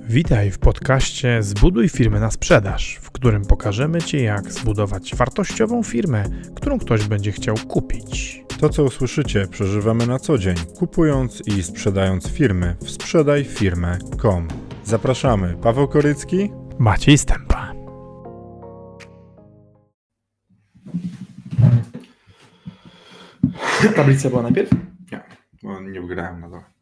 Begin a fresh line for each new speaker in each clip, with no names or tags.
Witaj w podcaście Zbuduj firmę na sprzedaż, w którym pokażemy Ci, jak zbudować wartościową firmę, którą ktoś będzie chciał kupić.
To, co usłyszycie, przeżywamy na co dzień, kupując i sprzedając firmy w sprzedajfirmę.com. Zapraszamy, Paweł Korycki,
Maciej Stępa.
Tablica była najpierw?
Nie, bo nie wygrałem na dole.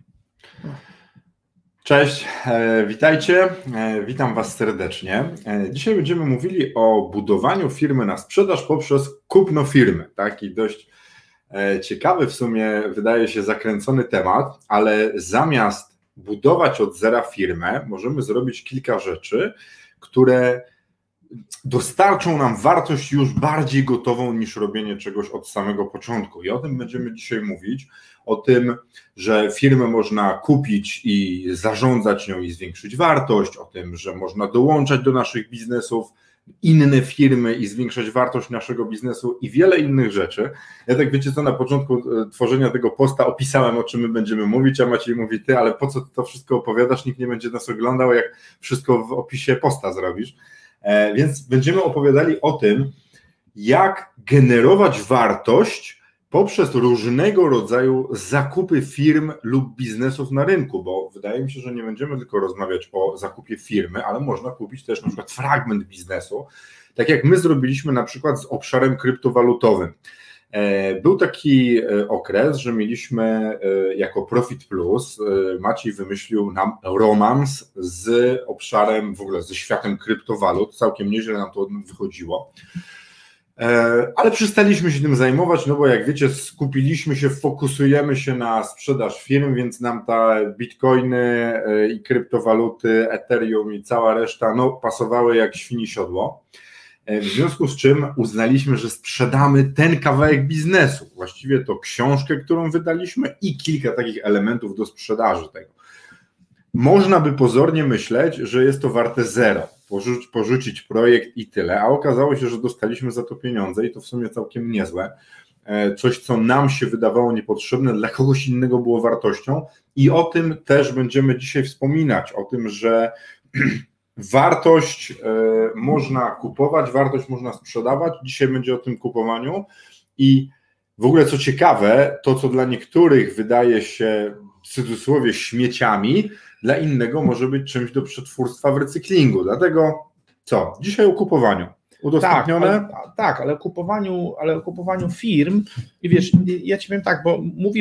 Cześć, witajcie, witam Was serdecznie. Dzisiaj będziemy mówili o budowaniu firmy na sprzedaż poprzez kupno firmy. Taki dość ciekawy, w sumie wydaje się zakręcony temat, ale zamiast budować od zera firmę, możemy zrobić kilka rzeczy, które dostarczą nam wartość już bardziej gotową niż robienie czegoś od samego początku. I o tym będziemy dzisiaj mówić, o tym, że firmę można kupić i zarządzać nią i zwiększyć wartość, o tym, że można dołączać do naszych biznesów inne firmy i zwiększać wartość naszego biznesu i wiele innych rzeczy. Ja tak wiecie co, na początku tworzenia tego posta opisałem, o czym my będziemy mówić, a Maciej mówi, ty, ale po co ty to wszystko opowiadasz, nikt nie będzie nas oglądał, jak wszystko w opisie posta zrobisz. Więc będziemy opowiadali o tym, jak generować wartość poprzez różnego rodzaju zakupy firm lub biznesów na rynku, bo wydaje mi się, że nie będziemy tylko rozmawiać o zakupie firmy, ale można kupić też na przykład fragment biznesu, tak jak my zrobiliśmy na przykład z obszarem kryptowalutowym. Był taki okres, że mieliśmy jako Profit Plus, Maciej wymyślił nam romans z obszarem, w ogóle ze światem kryptowalut, całkiem nieźle nam to wychodziło, ale przestaliśmy się tym zajmować, no bo jak wiecie, skupiliśmy się, fokusujemy się na sprzedaż firm, więc nam te bitcoiny i kryptowaluty, Ethereum i cała reszta, no pasowały jak świni siodło. W związku z czym uznaliśmy, że sprzedamy ten kawałek biznesu, właściwie to książkę, którą wydaliśmy i kilka takich elementów do sprzedaży tego. Można by pozornie myśleć, że jest to warte zero, porzucić projekt i tyle, a okazało się, że dostaliśmy za to pieniądze i to w sumie całkiem niezłe. Coś, co nam się wydawało niepotrzebne, dla kogoś innego było wartością i o tym też będziemy dzisiaj wspominać, o tym, że wartość można kupować, wartość można sprzedawać. Dzisiaj będzie o tym kupowaniu i w ogóle co ciekawe, to co dla niektórych wydaje się w cudzysłowie śmieciami, dla innego może być czymś do przetwórstwa w recyklingu. Dlatego co? Dzisiaj o kupowaniu. Udostępnione?
Ale o kupowaniu firm i wiesz, ja ci powiem tak, bo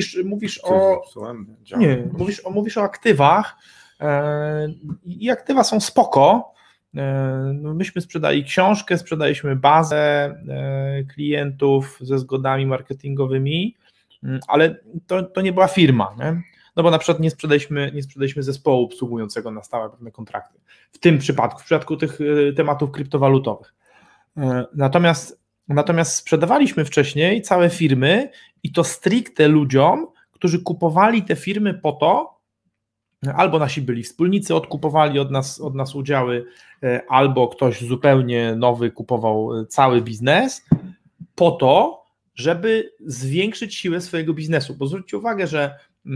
mówisz o aktywach, i aktywa są spoko. Myśmy sprzedali książkę, sprzedaliśmy bazę klientów ze zgodami marketingowymi, ale to nie była firma, nie? No bo na przykład nie sprzedaliśmy zespołu obsługującego na stałe pewne kontrakty. W tym przypadku, w przypadku tych tematów kryptowalutowych. Natomiast sprzedawaliśmy wcześniej całe firmy i to stricte ludziom, którzy kupowali te firmy po to, albo nasi byli wspólnicy odkupowali od nas udziały, albo ktoś zupełnie nowy kupował cały biznes po to, żeby zwiększyć siłę swojego biznesu. Bo zwróćcie uwagę, że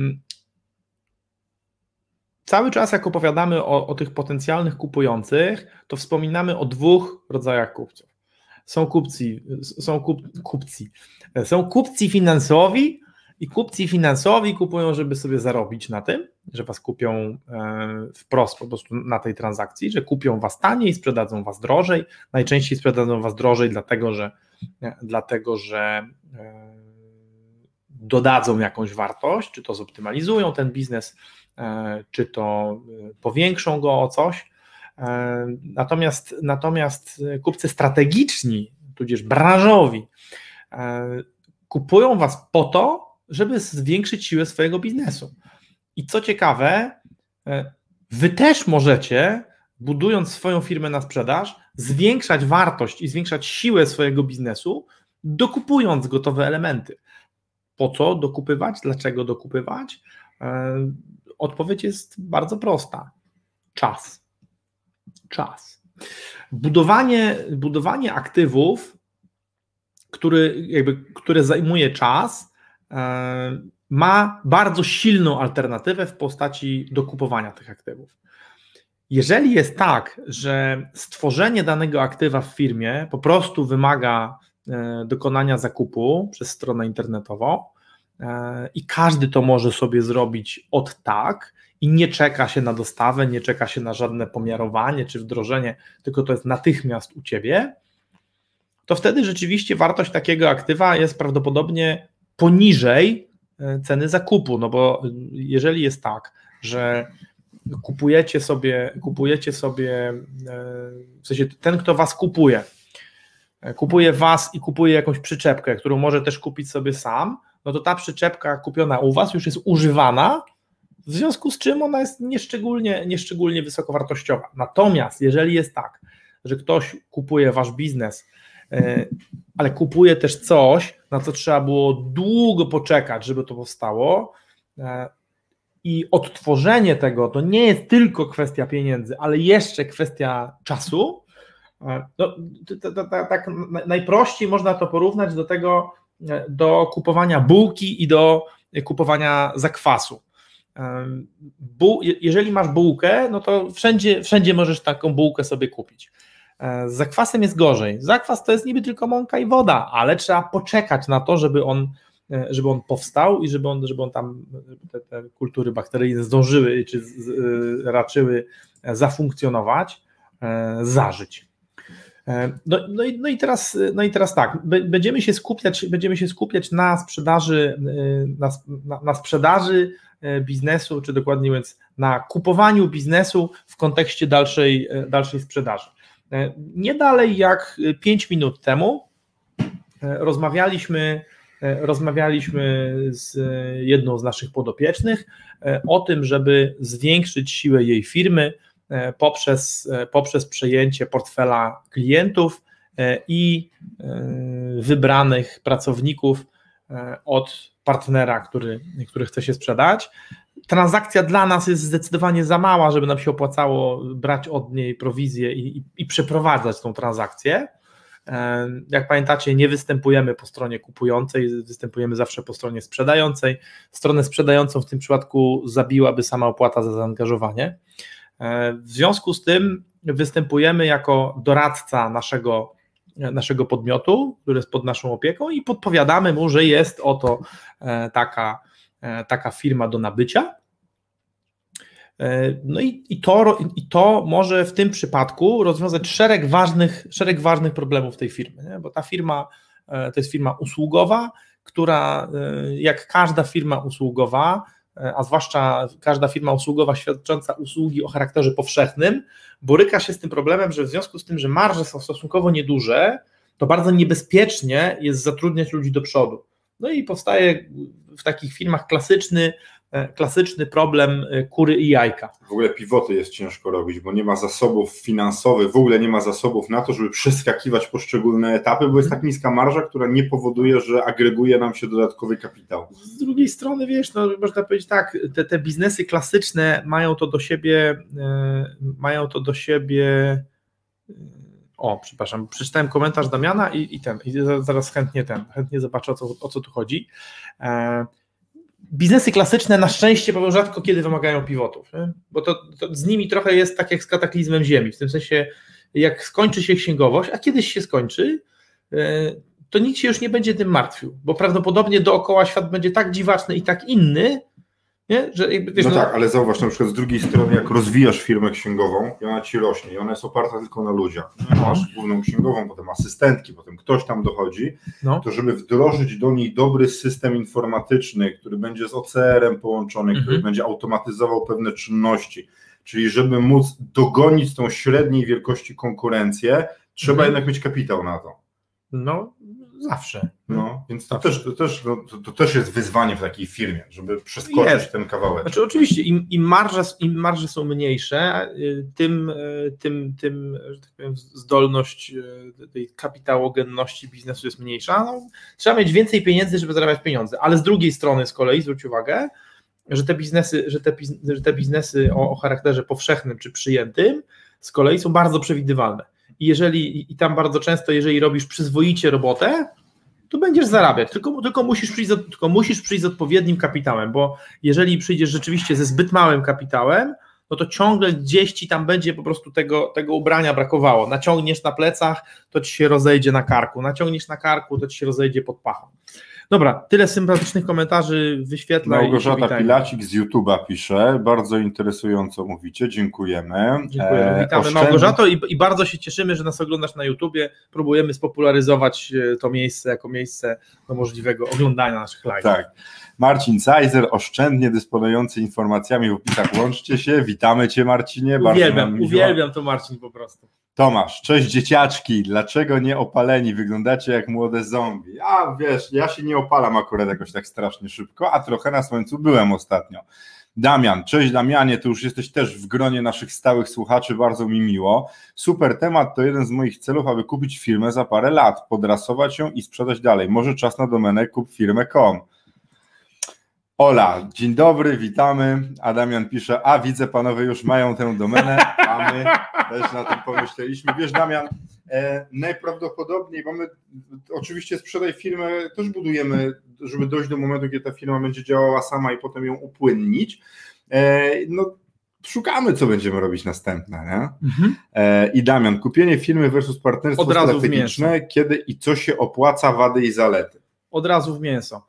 cały czas jak opowiadamy o tych potencjalnych kupujących, to wspominamy o dwóch rodzajach kupców. Są kupcy finansowi i kupcy finansowi kupują, żeby sobie zarobić na tym, że was kupią wprost po prostu na tej transakcji, że kupią was taniej, sprzedadzą was drożej, najczęściej sprzedadzą was drożej, dlatego że dodadzą jakąś wartość, czy to zoptymalizują ten biznes, czy to powiększą go o coś. Natomiast kupcy strategiczni, tudzież branżowi, kupują was po to, żeby zwiększyć siłę swojego biznesu. I co ciekawe, wy też możecie, budując swoją firmę na sprzedaż, zwiększać wartość i zwiększać siłę swojego biznesu, dokupując gotowe elementy. Po co dokupywać? Dlaczego dokupywać? Odpowiedź jest bardzo prosta. Czas. Budowanie aktywów, które zajmuje czas, ma bardzo silną alternatywę w postaci dokupowania tych aktywów. Jeżeli jest tak, że stworzenie danego aktywa w firmie po prostu wymaga dokonania zakupu przez stronę internetową i każdy to może sobie zrobić od tak i nie czeka się na dostawę, nie czeka się na żadne pomiarowanie czy wdrożenie, tylko to jest natychmiast u Ciebie, to wtedy rzeczywiście wartość takiego aktywa jest prawdopodobnie poniżej ceny zakupu, no bo jeżeli jest tak, że kupujecie sobie, w sensie ten, kto Was kupuje Was i kupuje jakąś przyczepkę, którą może też kupić sobie sam, no to ta przyczepka kupiona u Was już jest używana, w związku z czym ona jest nieszczególnie wysokowartościowa. Natomiast jeżeli jest tak, że ktoś kupuje Wasz biznes, ale kupuje też coś, na co trzeba było długo poczekać, żeby to powstało, i odtworzenie tego to nie jest tylko kwestia pieniędzy, ale jeszcze kwestia czasu, no, tak najprościej można to porównać do kupowania bułki i do kupowania zakwasu. Jeżeli masz bułkę, no to wszędzie możesz taką bułkę sobie kupić. Z zakwasem jest gorzej. Zakwas to jest niby tylko mąka i woda, ale trzeba poczekać na to, żeby on powstał i żeby on tam, te kultury bakteryjne zdążyły czy raczyły zafunkcjonować, zażyć. No i teraz tak, będziemy się skupiać na sprzedaży biznesu, czy dokładnie mówiąc na kupowaniu biznesu w kontekście dalszej sprzedaży. Nie dalej jak 5 minut temu rozmawialiśmy z jedną z naszych podopiecznych o tym, żeby zwiększyć siłę jej firmy poprzez przejęcie portfela klientów i wybranych pracowników od partnera, który chce się sprzedać. Transakcja dla nas jest zdecydowanie za mała, żeby nam się opłacało brać od niej prowizję i przeprowadzać tą transakcję. Jak pamiętacie, nie występujemy po stronie kupującej, występujemy zawsze po stronie sprzedającej. Stronę sprzedającą w tym przypadku zabiłaby sama opłata za zaangażowanie. W związku z tym występujemy jako doradca naszego podmiotu, który jest pod naszą opieką i podpowiadamy mu, że jest oto taka firma do nabycia. No i to może w tym przypadku rozwiązać szereg ważnych problemów tej firmy, nie? Bo ta firma to jest firma usługowa, która jak każda firma usługowa, a zwłaszcza każda firma usługowa świadcząca usługi o charakterze powszechnym, boryka się z tym problemem, że w związku z tym, że marże są stosunkowo nieduże, to bardzo niebezpiecznie jest zatrudniać ludzi do przodu. No i powstaje w takich firmach klasyczny problem kury i jajka.
W ogóle pivoty jest ciężko robić, bo nie ma zasobów finansowych, w ogóle nie ma zasobów na to, żeby przeskakiwać poszczególne etapy, bo jest tak niska marża, która nie powoduje, że agreguje nam się dodatkowy kapitał.
Z drugiej strony, wiesz, no można powiedzieć tak, te biznesy klasyczne mają to do siebie. O, przepraszam, przeczytałem komentarz Damiana i zaraz chętnie zobaczę, o co tu chodzi. Biznesy klasyczne na szczęście rzadko kiedy wymagają pivotów, nie? Bo to z nimi trochę jest tak jak z kataklizmem ziemi, w tym sensie jak skończy się księgowość, a kiedyś się skończy, to nikt się już nie będzie tym martwił, bo prawdopodobnie dookoła świat będzie tak dziwaczny i tak inny, nie? Że
no tak, ale zauważ na przykład z drugiej strony, jak rozwijasz firmę księgową i ona ci rośnie i ona jest oparta tylko na ludziach. Masz główną księgową, potem asystentki, potem ktoś tam dochodzi, to żeby wdrożyć do niej dobry system informatyczny, który będzie z OCR-em połączony, który będzie automatyzował pewne czynności, czyli żeby móc dogonić tą średniej wielkości konkurencję, trzeba jednak mieć kapitał na to.
No, zawsze.
No, więc to też jest wyzwanie w takiej firmie, żeby przeskoczyć ten kawałek.
Znaczy oczywiście im marże są mniejsze, tym że tak powiem, zdolność tej kapitałogenności biznesu jest mniejsza. No, trzeba mieć więcej pieniędzy, żeby zarabiać pieniądze, ale z drugiej strony z kolei zwróć uwagę, że te biznesy o charakterze powszechnym czy przyjętym z kolei są bardzo przewidywalne. I tam bardzo często, jeżeli robisz przyzwoicie robotę, to będziesz zarabiać, tylko musisz przyjść z odpowiednim kapitałem, bo jeżeli przyjdziesz rzeczywiście ze zbyt małym kapitałem, no to ciągle gdzieś ci tam będzie po prostu tego ubrania brakowało. Naciągniesz na plecach, to ci się rozejdzie na karku, naciągniesz na karku, to ci się rozejdzie pod pachą. Dobra, tyle sympatycznych komentarzy wyświetla.
Małgorzata Pilacik z YouTube'a pisze, bardzo interesująco mówicie, dziękujemy.
Dziękuję, witamy Małgorzato i bardzo się cieszymy, że nas oglądasz na YouTubie, próbujemy spopularyzować to miejsce jako miejsce do możliwego oglądania naszych live'ów.
Tak. Marcin Cajzer, oszczędnie dysponujący informacjami w opisach, łączcie się, witamy Cię Marcinie.
Uwielbiam to Marcin po prostu.
Tomasz, cześć dzieciaczki, dlaczego nie opaleni? Wyglądacie jak młode zombie. A wiesz, ja się nie opalam akurat jakoś tak strasznie szybko, a trochę na słońcu byłem ostatnio. Damian, cześć Damianie, ty już jesteś też w gronie naszych stałych słuchaczy, bardzo mi miło. Super temat, to jeden z moich celów, aby kupić firmę za parę lat, podrasować ją i sprzedać dalej. Może czas na domenę kupfirmę.com. Ola, dzień dobry, witamy. A Damian pisze, a widzę panowie już mają tę domenę, a my też na tym pomyśleliśmy. Wiesz Damian, najprawdopodobniej mamy, oczywiście sprzedaj firmę też budujemy, żeby dojść do momentu, kiedy ta firma będzie działała sama i potem ją upłynnić. No szukamy, co będziemy robić następne, nie? I Damian, kupienie firmy versus partnerstwo strategiczne, kiedy i co się opłaca, wady i zalety?
Od razu w mięso.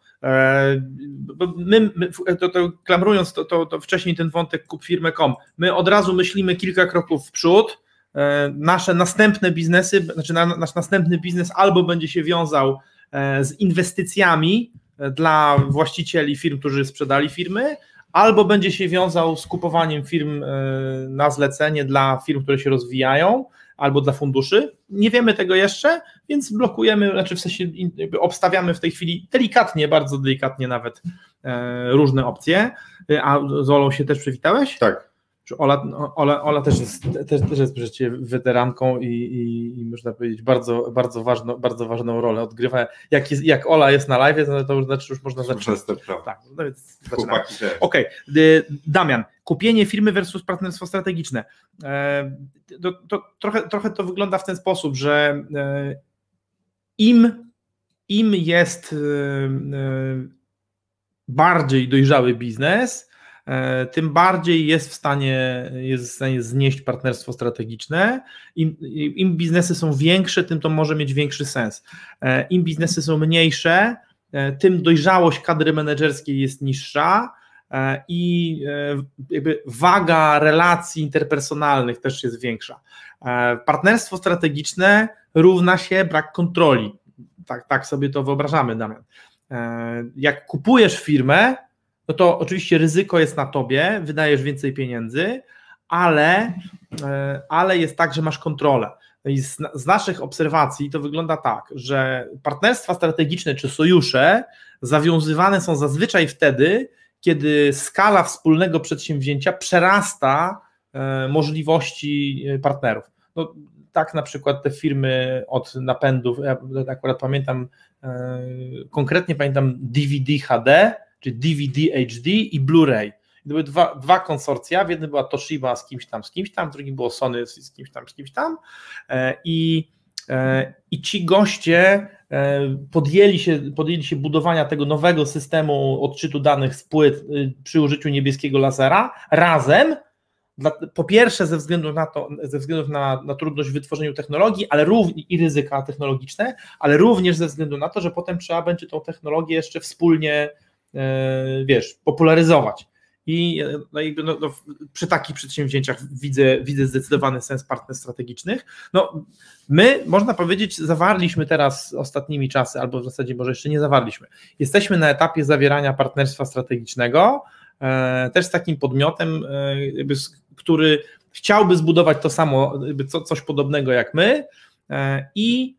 Klamrując to wcześniej ten wątek kupfirmę.com, my od razu myślimy kilka kroków w przód. Nasze następne biznesy, znaczy nasz następny biznes albo będzie się wiązał z inwestycjami dla właścicieli firm, którzy sprzedali firmy, albo będzie się wiązał z kupowaniem firm na zlecenie dla firm, które się rozwijają, albo dla funduszy. Nie wiemy tego jeszcze, więc blokujemy, znaczy w sensie obstawiamy w tej chwili delikatnie, bardzo delikatnie nawet różne opcje. A z Olą się też przywitałeś?
Tak.
Ola też jest przecież weteranką i można powiedzieć bardzo ważną rolę odgrywa. Jak Ola jest na live, to już znaczy już można zacząć. Tak, no więc Okej. Damian, kupienie firmy versus partnerstwo strategiczne. Trochę to wygląda w ten sposób, że im jest bardziej dojrzały biznes, tym bardziej jest w stanie znieść partnerstwo strategiczne. Im biznesy są większe, tym to może mieć większy sens. Im biznesy są mniejsze, tym dojrzałość kadry menedżerskiej jest niższa i jakby waga relacji interpersonalnych też jest większa. Partnerstwo strategiczne równa się brak kontroli. Tak sobie to wyobrażamy, Damian. Jak kupujesz firmę, no to oczywiście ryzyko jest na tobie, wydajesz więcej pieniędzy, ale jest tak, że masz kontrolę. I z naszych obserwacji to wygląda tak, że partnerstwa strategiczne czy sojusze zawiązywane są zazwyczaj wtedy, kiedy skala wspólnego przedsięwzięcia przerasta możliwości partnerów. No, tak na przykład te firmy od napędów, ja akurat pamiętam, konkretnie pamiętam DVD HD, czy DVD HD i Blu-ray. To były dwa konsorcja, w jednym była Toshiba z kimś tam, w drugim było Sony z kimś tam i ci goście podjęli się budowania tego nowego systemu odczytu danych z płyt przy użyciu niebieskiego lasera razem, po pierwsze ze względów na trudność w wytworzeniu technologii, ale i ryzyka technologiczne, ale również ze względu na to, że potem trzeba będzie tą technologię jeszcze wspólnie popularyzować. I przy takich przedsięwzięciach widzę zdecydowany sens partnerstw strategicznych. No, my, można powiedzieć, zawarliśmy teraz ostatnimi czasy, albo w zasadzie może jeszcze nie zawarliśmy. Jesteśmy na etapie zawierania partnerstwa strategicznego, też z takim podmiotem, który chciałby zbudować to samo, coś podobnego jak my i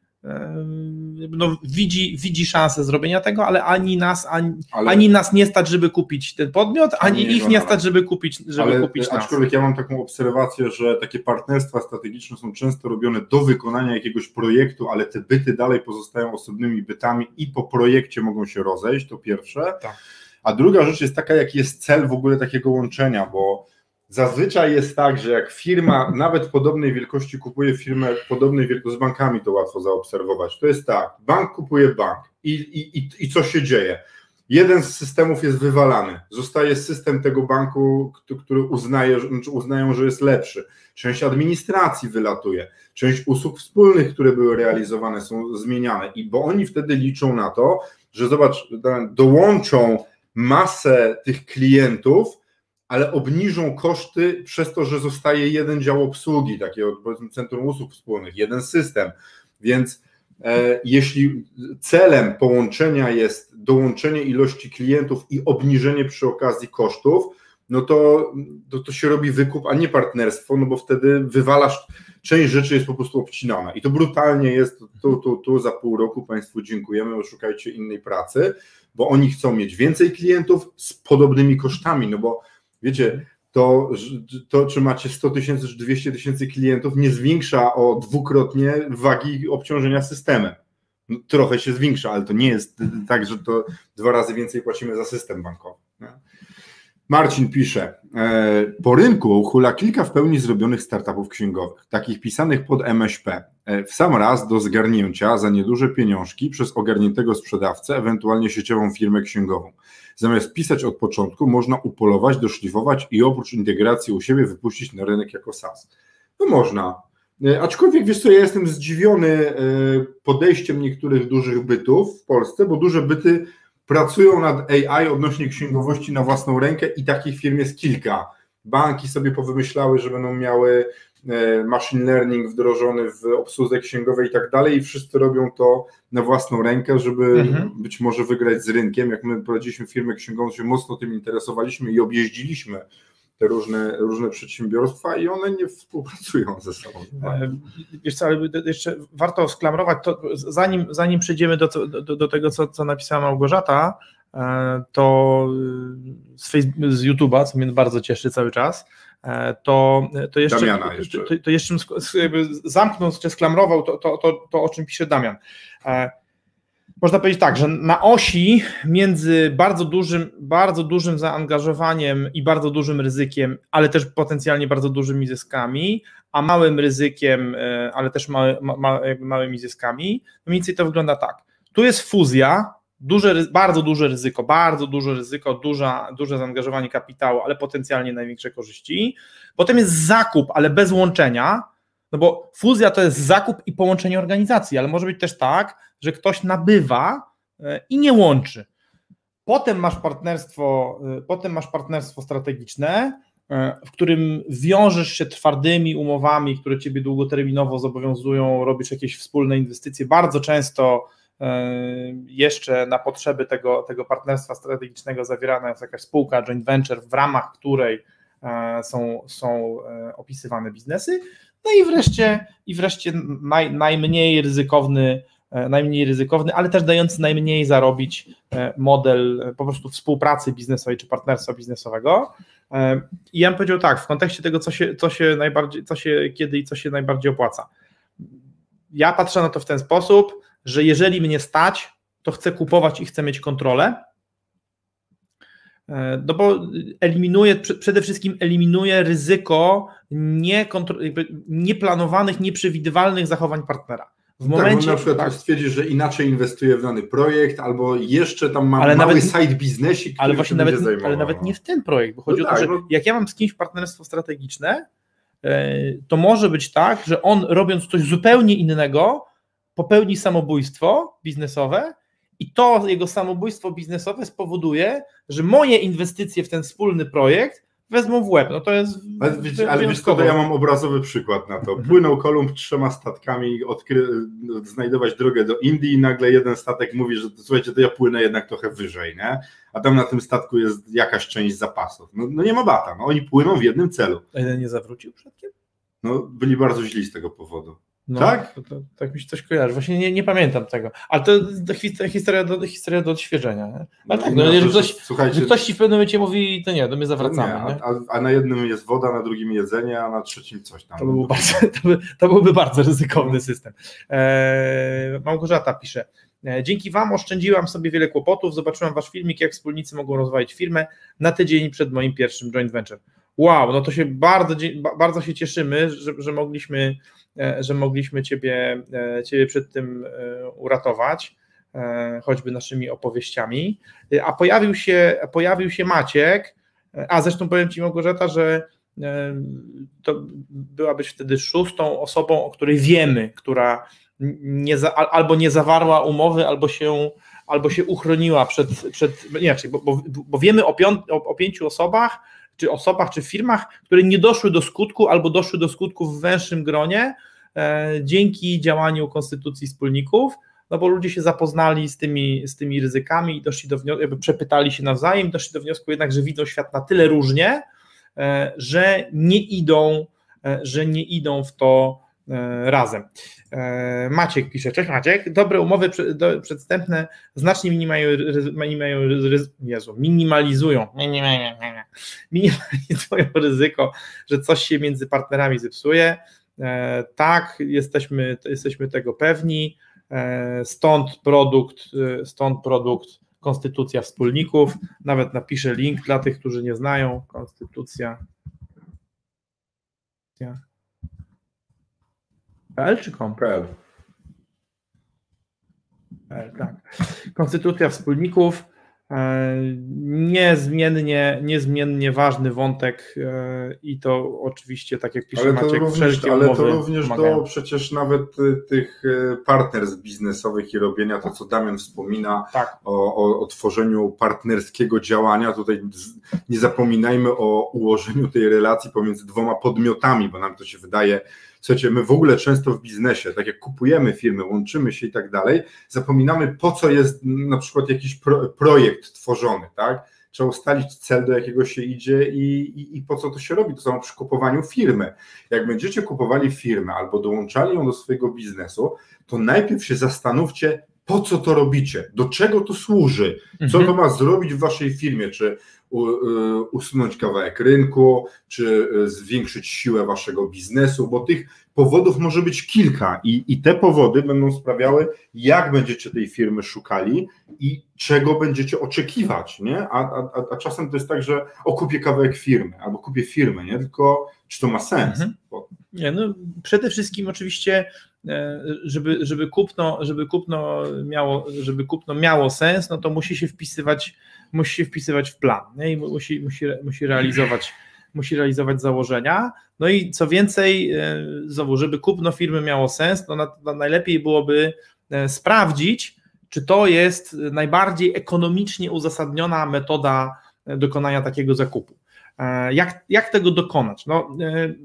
widzi szansę zrobienia tego, ale ani nas nie stać, żeby kupić ten podmiot, ani ich nie stać, żeby kupić nas.
Aczkolwiek ja mam taką obserwację, że takie partnerstwa strategiczne są często robione do wykonania jakiegoś projektu, ale te byty dalej pozostają osobnymi bytami i po projekcie mogą się rozejść, to pierwsze. Tak. A druga rzecz jest taka, jaki jest cel w ogóle takiego łączenia, bo zazwyczaj jest tak, że jak firma nawet podobnej wielkości kupuje firmę podobnej wielkości, z bankami to łatwo zaobserwować, to jest tak, bank kupuje bank i co się dzieje? jeden z systemów jest wywalany, zostaje system tego banku, który uznają, że jest lepszy. Część administracji wylatuje, część usług wspólnych, które były realizowane, są zmieniane bo oni wtedy liczą na to, że zobacz, dołączą masę tych klientów, ale obniżą koszty przez to, że zostaje jeden dział obsługi, takiego powiedzmy centrum usług wspólnych, jeden system, więc jeśli celem połączenia jest dołączenie ilości klientów i obniżenie przy okazji kosztów, no to się robi wykup, a nie partnerstwo, no bo wtedy wywalasz, część rzeczy jest po prostu obcinana i to brutalnie jest, tu za pół roku Państwu dziękujemy, szukajcie innej pracy, bo oni chcą mieć więcej klientów z podobnymi kosztami, no bo wiecie, to czy macie 100 000 czy 200 000 klientów nie zwiększa o dwukrotnie wagi obciążenia systemem. No, trochę się zwiększa, ale to nie jest tak, że to 2 razy więcej płacimy za system bankowy. Nie? Marcin pisze, po rynku hula kilka w pełni zrobionych startupów księgowych, takich pisanych pod MŚP, w sam raz do zgarnięcia za nieduże pieniążki przez ogarniętego sprzedawcę, ewentualnie sieciową firmę księgową. Zamiast pisać od początku, można upolować, doszlifować i oprócz integracji u siebie wypuścić na rynek jako SaaS. No można, aczkolwiek wiesz co, ja jestem zdziwiony podejściem niektórych dużych bytów w Polsce, bo duże byty pracują nad AI odnośnie księgowości na własną rękę i takich firm jest kilka. Banki sobie powymyślały, że będą miały machine learning wdrożony w obsłudze księgowej i tak dalej i wszyscy robią to na własną rękę, żeby być może wygrać z rynkiem. Jak my prowadziliśmy firmę księgową, się mocno tym interesowaliśmy i objeździliśmy te różne przedsiębiorstwa i one nie współpracują ze sobą.
Wiesz co, ale jeszcze warto sklamrować, to zanim przejdziemy do tego, co napisała Małgorzata, to z YouTube'a, co mnie bardzo cieszy cały czas, to jeszcze,
Damiana
to jeszcze zamknął czy sklamrował to, o czym pisze Damian. Można powiedzieć tak, że na osi między bardzo dużym zaangażowaniem i bardzo dużym ryzykiem, ale też potencjalnie bardzo dużymi zyskami, a małym ryzykiem, ale też małymi zyskami, mniej więcej to wygląda tak. Tu jest fuzja, bardzo duże ryzyko, duże zaangażowanie kapitału, ale potencjalnie największe korzyści. Potem jest zakup, ale bez łączenia, no bo fuzja to jest zakup i połączenie organizacji, ale może być też tak, że ktoś nabywa i nie łączy. Potem masz partnerstwo strategiczne, w którym wiążesz się twardymi umowami, które ciebie długoterminowo zobowiązują, robisz jakieś wspólne inwestycje, bardzo często jeszcze na potrzeby tego partnerstwa strategicznego zawierana jest jakaś spółka, joint venture, w ramach której są opisywane biznesy. No i wreszcie najmniej ryzykowny, ale też dający najmniej zarobić model po prostu współpracy biznesowej czy partnerstwa biznesowego. I ja bym powiedział tak, w kontekście tego, kiedy i co się najbardziej opłaca. Ja patrzę na to w ten sposób, że jeżeli mnie stać, to chcę kupować i chcę mieć kontrolę, no bo przede wszystkim eliminuje ryzyko nieplanowanych, nieprzewidywalnych zachowań partnera. W momencie,
tak, na przykład stwierdzisz, że inaczej inwestuje w dany projekt, albo jeszcze tam ma mały side biznesik, który się będzie zajmował.
Ale nawet nie w ten projekt, bo chodzi o to, że jak ja mam z kimś partnerstwo strategiczne, to może być tak, że on robiąc coś zupełnie innego, popełni samobójstwo biznesowe i to jego samobójstwo biznesowe spowoduje, że moje inwestycje w ten wspólny projekt wezmą w łeb. No to jest.
Ale wiesz co, ja mam obrazowy przykład na to. Płynął Kolumb 3 statkami, znajdować drogę do Indii i nagle jeden statek mówi, że słuchajcie, to ja płynę jednak trochę wyżej, nie? A tam na tym statku jest jakaś część zapasów. No nie ma bata, no oni płyną w jednym celu.
A jeden nie zawrócił przypadkiem?
No byli bardzo źli z tego powodu.
No,
tak?
Tak mi się coś kojarzy. Właśnie nie pamiętam tego. Ale to historia do odświeżenia. Nie? Ale tak, jeżeli ktoś ci w pewnym momencie mówi, to nie, to my zawracamy. Nie,
a na jednym jest woda, na drugim jedzenie, a na trzecim coś tam.
To byłby bardzo ryzykowny system. Małgorzata pisze. Dzięki Wam oszczędziłam sobie wiele kłopotów, zobaczyłam Wasz filmik, jak wspólnicy mogą rozwijać firmę na tydzień przed moim pierwszym joint venture. Wow, no to się bardzo się cieszymy, że mogliśmy Ciebie przed tym uratować. choćby naszymi opowieściami, a pojawił się Maciek, a zresztą powiem Ci, Małgorzata, że to byłabyś wtedy 6. osobą, o której wiemy, która albo nie zawarła umowy, albo się uchroniła bo wiemy o 5 osobach, czy firmach, które nie doszły do skutku, albo doszły do skutku w węższym gronie, dzięki działaniu konstytucji wspólników, no bo ludzie się zapoznali z tymi ryzykami i doszli do wniosku, jakby przepytali się nawzajem, doszli do wniosku jednak, że widzą świat na tyle różnie, że nie idą w to razem. Maciek pisze, cześć Maciek, dobre umowy przedwstępne znacznie minimalizują ryzyko, że coś się między partnerami zepsuje. Tak, jesteśmy tego pewni, stąd produkt Konstytucja Wspólników, nawet napiszę link dla tych, którzy nie znają, Konstytucja PL czy kom?
PL.
Tak. Konstytucja Wspólników, niezmiennie ważny wątek i to oczywiście, tak jak pisze Maciek, wszelkie umowy
ale to również
pomagają.
przecież nawet tych partnerstw biznesowych i robienia to, co Damian wspomina,
tak.
o tworzeniu partnerskiego działania. Tutaj nie zapominajmy o ułożeniu tej relacji pomiędzy 2 podmiotami, bo nam to się wydaje. Słuchajcie, my w ogóle często w biznesie, tak jak kupujemy firmy, łączymy się i tak dalej, zapominamy, po co jest na przykład jakiś projekt tworzony, tak? Trzeba ustalić cel, do jakiego się idzie i po co to się robi. To samo przy kupowaniu firmy. Jak będziecie kupowali firmę albo dołączali ją do swojego biznesu, to najpierw się zastanówcie, po co to robicie, do czego to służy, co to ma zrobić w waszej firmie, czy usunąć kawałek rynku, czy zwiększyć siłę waszego biznesu, bo tych powodów może być kilka i te powody będą sprawiały, jak będziecie tej firmy szukali i czego będziecie oczekiwać, nie? A czasem to jest tak, że kupię kawałek firmy, albo kupię firmę, nie? Tylko czy to ma sens?
Nie, no, przede wszystkim oczywiście, żeby kupno miało sens, no to musi się wpisywać w plan, nie? I musi realizować założenia. No i co więcej, znowu, żeby kupno firmy miało sens, to najlepiej byłoby sprawdzić, czy to jest najbardziej ekonomicznie uzasadniona metoda dokonania takiego zakupu. Jak tego dokonać? No,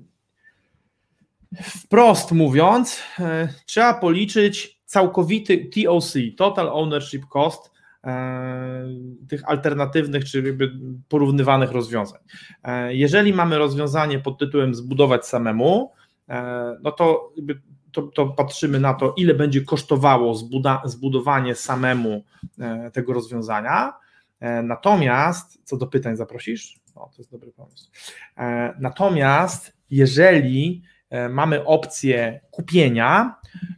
wprost mówiąc, trzeba policzyć całkowity TOC, Total Ownership Cost, tych alternatywnych czy jakby porównywanych rozwiązań. Jeżeli mamy rozwiązanie pod tytułem zbudować samemu, no to patrzymy na to, ile będzie kosztowało zbudowanie samemu tego rozwiązania. Natomiast, co do pytań zaprosisz? To jest dobry pomysł. Natomiast jeżeli mamy opcję kupienia,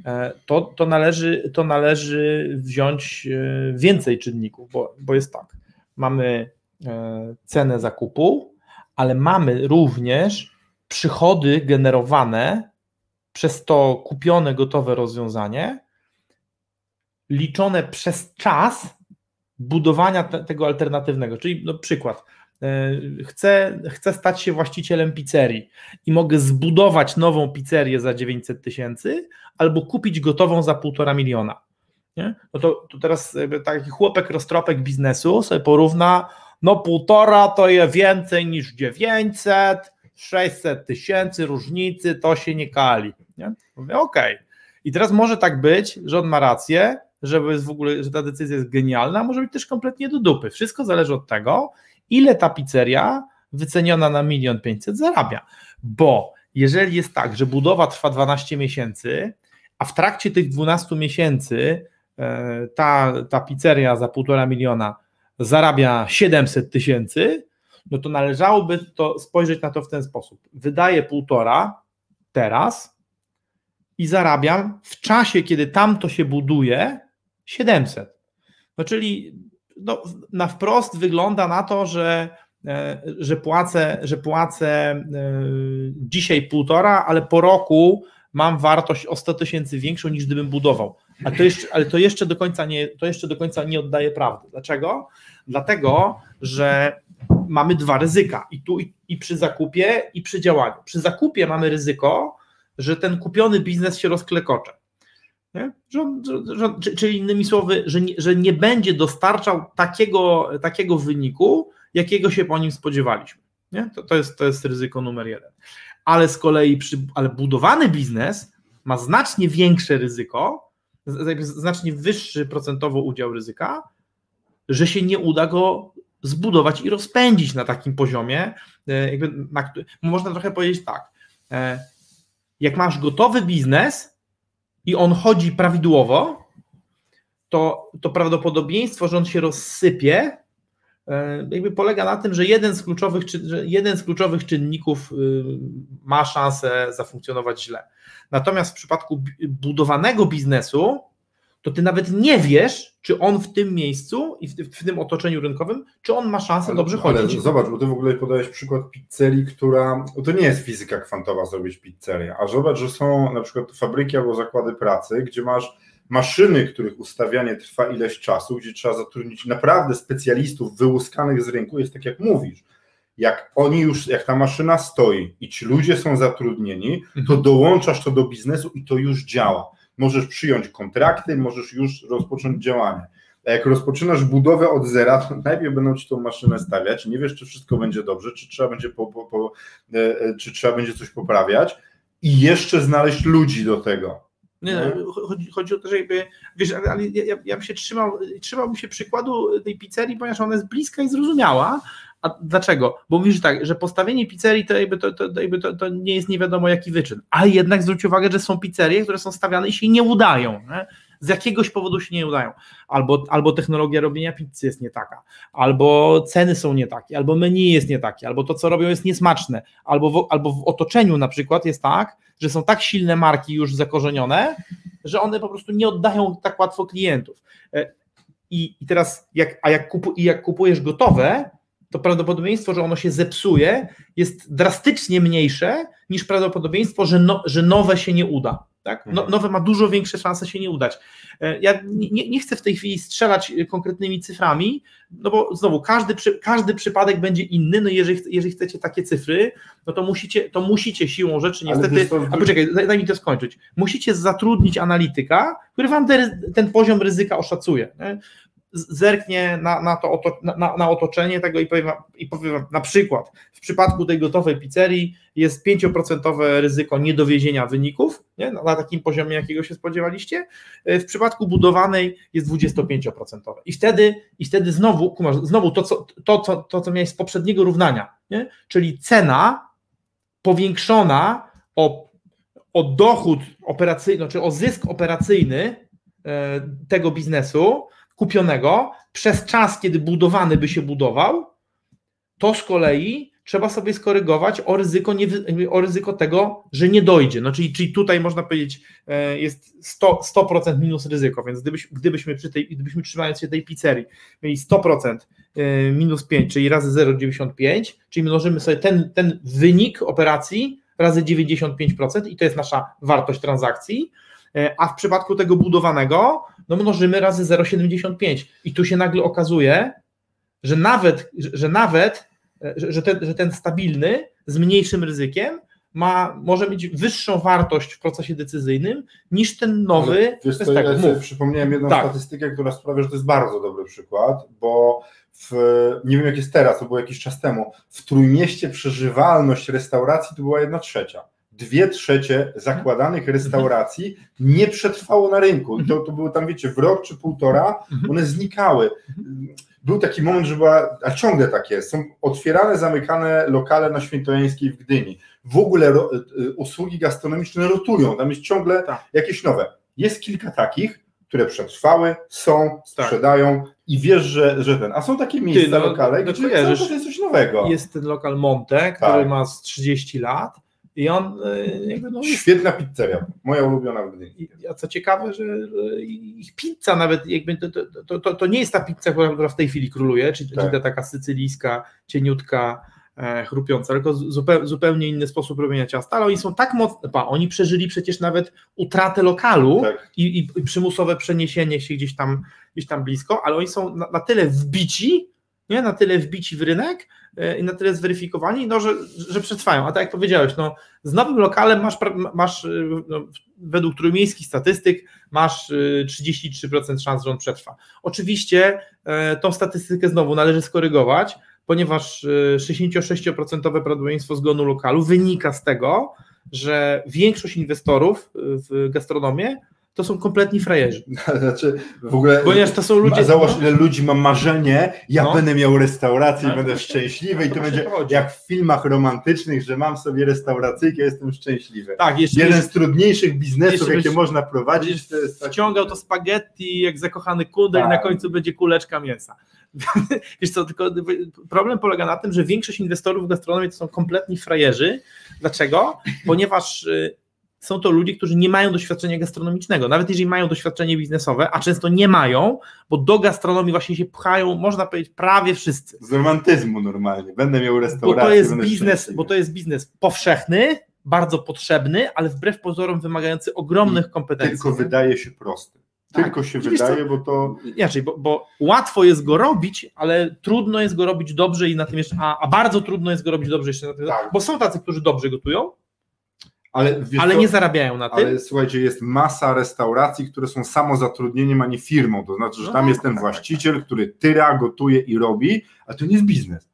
to należy wziąć więcej czynników, bo jest tak, mamy cenę zakupu, ale mamy również przychody generowane przez to kupione gotowe rozwiązanie, liczone przez czas budowania tego alternatywnego, czyli no przykład, chcę stać się właścicielem pizzerii i mogę zbudować nową pizzerię za 900 000 albo kupić gotową za 1,5 miliona. Nie? No to teraz taki chłopek roztropek biznesu sobie porówna, no 1,5 to jest więcej niż 900, 600 000 różnicy, to się nie kali. Nie? Mówię, okej. I teraz może tak być, że on ma rację, że ta decyzja jest genialna, a może być też kompletnie do dupy. Wszystko zależy od tego, ile ta pizzeria wyceniona na 1 500 000 zarabia. Bo jeżeli jest tak, że budowa trwa 12 miesięcy, a w trakcie tych 12 miesięcy ta pizzeria za 1,5 miliona zarabia 700 000, no to należałoby to spojrzeć na to w ten sposób. Wydaję 1,5 teraz i zarabiam w czasie, kiedy tamto się buduje, 700. No czyli na wprost wygląda na to, że płacę dzisiaj 1,5, ale po roku mam wartość o 100 000 większą niż gdybym budował. Ale to jeszcze do końca nie oddaje prawdy. Dlaczego? Dlatego, że mamy dwa ryzyka i przy zakupie, i przy działaniu. Przy zakupie mamy ryzyko, że ten kupiony biznes się rozklekocze. Nie? Czyli innymi słowy, że nie będzie dostarczał takiego wyniku, jakiego się po nim spodziewaliśmy. Nie? To jest ryzyko numer jeden. Ale z kolei budowany biznes ma znacznie większe ryzyko, znacznie wyższy procentowo udział ryzyka, że się nie uda go zbudować i rozpędzić na takim poziomie, można trochę powiedzieć tak, jak masz gotowy biznes i on chodzi prawidłowo, to prawdopodobieństwo, że on się rozsypie, polega na tym, że jeden z kluczowych czynników ma szansę zafunkcjonować źle. Natomiast w przypadku budowanego biznesu, to ty nawet nie wiesz, czy on w tym miejscu i w tym otoczeniu rynkowym, czy on ma szansę dobrze chodzić.
Ale zobacz, bo ty w ogóle podałeś przykład pizzerii, to nie jest fizyka kwantowa zrobić pizzerię, a zobacz, że są na przykład fabryki albo zakłady pracy, gdzie masz maszyny, których ustawianie trwa ileś czasu, gdzie trzeba zatrudnić naprawdę specjalistów wyłuskanych z rynku, jest tak jak mówisz. Jak ta maszyna stoi i ci ludzie są zatrudnieni, to dołączasz to do biznesu i to już działa. Możesz przyjąć kontrakty, możesz już rozpocząć działanie. A jak rozpoczynasz budowę od zera, to najpierw będą ci tą maszynę stawiać, nie wiesz, czy wszystko będzie dobrze, czy trzeba będzie coś poprawiać i jeszcze znaleźć ludzi do tego.
Chodzi o to, że wiesz, ale ja bym się trzymałbym się przykładu tej pizzerii, ponieważ ona jest bliska i zrozumiała. A dlaczego? Bo mówisz tak, że postawienie pizzerii to nie jest nie wiadomo jaki wyczyn, ale jednak zwróć uwagę, że są pizzerie, które są stawiane i się nie udają. Nie? Z jakiegoś powodu się nie udają. Albo technologia robienia pizzy jest nie taka, albo ceny są nie takie, albo menu jest nie takie, albo to, co robią, jest niesmaczne, albo w otoczeniu na przykład jest tak, że są tak silne marki już zakorzenione, że one po prostu nie oddają tak łatwo klientów. I teraz jak kupujesz gotowe, to prawdopodobieństwo, że ono się zepsuje, jest drastycznie mniejsze niż prawdopodobieństwo, że nowe się nie uda. Tak? Nowe ma dużo większe szanse się nie udać. Ja nie chcę w tej chwili strzelać konkretnymi cyframi, no bo znowu każdy przypadek będzie inny, no jeżeli chcecie takie cyfry, no to musicie siłą rzeczy niestety, poczekaj, daj mi to skończyć, musicie zatrudnić analityka, który wam ten poziom ryzyka oszacuje. Nie? Zerknie na otoczenie tego i powie wam, na przykład w przypadku tej gotowej pizzerii jest 5% ryzyko niedowiezienia wyników, nie? Na takim poziomie, jakiego się spodziewaliście, w przypadku budowanej jest 25%. I wtedy znowu to, co miałeś z poprzedniego równania, nie? Czyli cena powiększona o dochód operacyjny, czy o zysk operacyjny tego biznesu kupionego przez czas, kiedy budowany by się budował, to z kolei trzeba sobie skorygować o ryzyko tego, że nie dojdzie. No, czyli tutaj można powiedzieć, jest 100% minus ryzyko, więc gdybyśmy trzymając się tej pizzerii mieli 100% minus 5, czyli razy 0,95, czyli mnożymy sobie ten wynik operacji razy 95% i to jest nasza wartość transakcji, a w przypadku tego budowanego no mnożymy razy 0,75 i tu się nagle okazuje, że ten stabilny z mniejszym ryzykiem może mieć wyższą wartość w procesie decyzyjnym niż ten nowy.
Wiesz co, ja sobie przypomniałem jedną statystykę, która sprawia, że to jest bardzo dobry przykład, bo nie wiem jak jest teraz, to było jakiś czas temu, w Trójmieście przeżywalność restauracji to była 1/3. 2/3 zakładanych restauracji nie przetrwało na rynku. I to były tam, wiecie, w rok czy półtora, one znikały. Był taki moment, że a ciągle tak jest, są otwierane, zamykane lokale na Świętojańskiej w Gdyni. W ogóle usługi gastronomiczne rotują, tam jest ciągle jakieś nowe. Jest kilka takich, które przetrwały, sprzedają i wiesz, że ten. A są takie miejsca, lokale, gdzie to jest coś nowego.
Jest ten lokal Monte, który ma z 30 lat. I on
świetna pizzeria, moja ulubiona w Gdyni.
A co ciekawe, że ich pizza nawet to nie jest ta pizza, która w tej chwili króluje, czyli taka sycylijska, cieniutka, chrupiące, tylko zupełnie inny sposób robienia ciasta, ale oni są tak mocno, oni przeżyli przecież nawet utratę lokalu
Tak.
i przymusowe przeniesienie się gdzieś tam blisko, ale oni są na tyle wbici, nie? Na tyle wbici w rynek i na tyle zweryfikowani, no, że przetrwają. A tak jak powiedziałeś, no, z nowym lokalem masz no, według trójmiejskich statystyk masz 33% szans, że on przetrwa. Oczywiście tą statystykę znowu należy skorygować, ponieważ 66% prawdopodobieństwo zgonu lokalu wynika z tego, że większość inwestorów w gastronomię to są kompletni frajerzy.
Znaczy, w ogóle,
ponieważ to są ludzie.
Zauważ, ile ludzi ma marzenie, będę miał restaurację i będę szczęśliwy, i to będzie jak w filmach romantycznych, że mam sobie restauracyjkę, jestem szczęśliwy.
Tak,
jeden z trudniejszych biznesów, jakie można prowadzić, to jest
wciągał to spaghetti jak zakochany kundel, i na końcu będzie kuleczka mięsa. Wiesz co, tylko problem polega na tym, że większość inwestorów w gastronomii to są kompletni frajerzy. Dlaczego? Ponieważ są to ludzie, którzy nie mają doświadczenia gastronomicznego, nawet jeżeli mają doświadczenie biznesowe, a często nie mają, bo do gastronomii właśnie się pchają, można powiedzieć, prawie wszyscy.
Z romantyzmu normalnie, będę miał restaurację.
Bo to jest biznes powszechny, bardzo potrzebny, ale wbrew pozorom wymagający ogromnych kompetencji.
Tylko wydaje się prosty.
Tak.
Tylko się wydaje, bo to...
Inaczej, bo łatwo jest go robić, ale trudno jest go robić dobrze i na tym jeszcze, a bardzo trudno jest go robić dobrze jeszcze na tym,
tak.
Bo są tacy, którzy dobrze gotują,
ale
nie zarabiają na tym.
Ale słuchajcie, jest masa restauracji, które są samozatrudnieniem, a nie firmą. To znaczy, że tam jest ten właściciel, który tyra, gotuje i robi, a to nie jest biznes.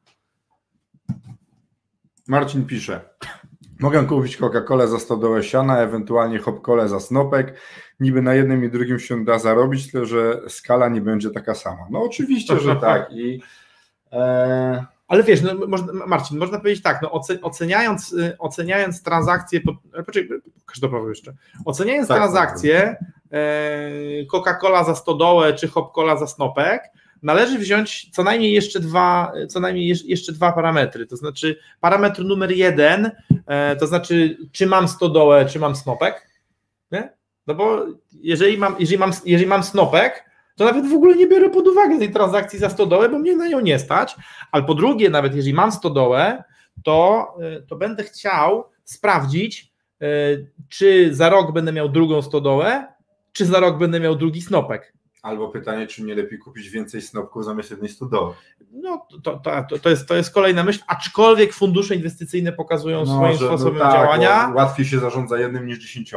Marcin pisze: mogę kupić Coca-Colę za 100 dołę siana, ewentualnie hop-colę za snopek. Niby na jednym i drugim się da zarobić, tyle że skala nie będzie taka sama. No oczywiście, że tak.
Ale wiesz, no, Marcin, można powiedzieć tak, no, oceniając transakcje, pokaż to prawo jeszcze, oceniając transakcje Coca-Cola za 100 dołę czy hop-cola za snopek, należy wziąć co najmniej jeszcze dwa parametry, to znaczy parametr numer 1, to znaczy czy mam 100 dołę, czy mam snopek, nie? No bo jeżeli mam snopek, to nawet w ogóle nie biorę pod uwagę tej transakcji za 100 dołę, bo mnie na nią nie stać, ale po drugie, nawet jeżeli mam 100 dołę, to będę chciał sprawdzić, czy za rok będę miał drugą 100 dołę, czy za rok będę miał drugi snopek.
Albo pytanie, czy nie lepiej kupić więcej snopków zamiast jednej 100 dołów.
No to jest kolejna myśl, aczkolwiek fundusze inwestycyjne pokazują swoim sposobem działania.
Łatwiej się zarządza jednym niż 10.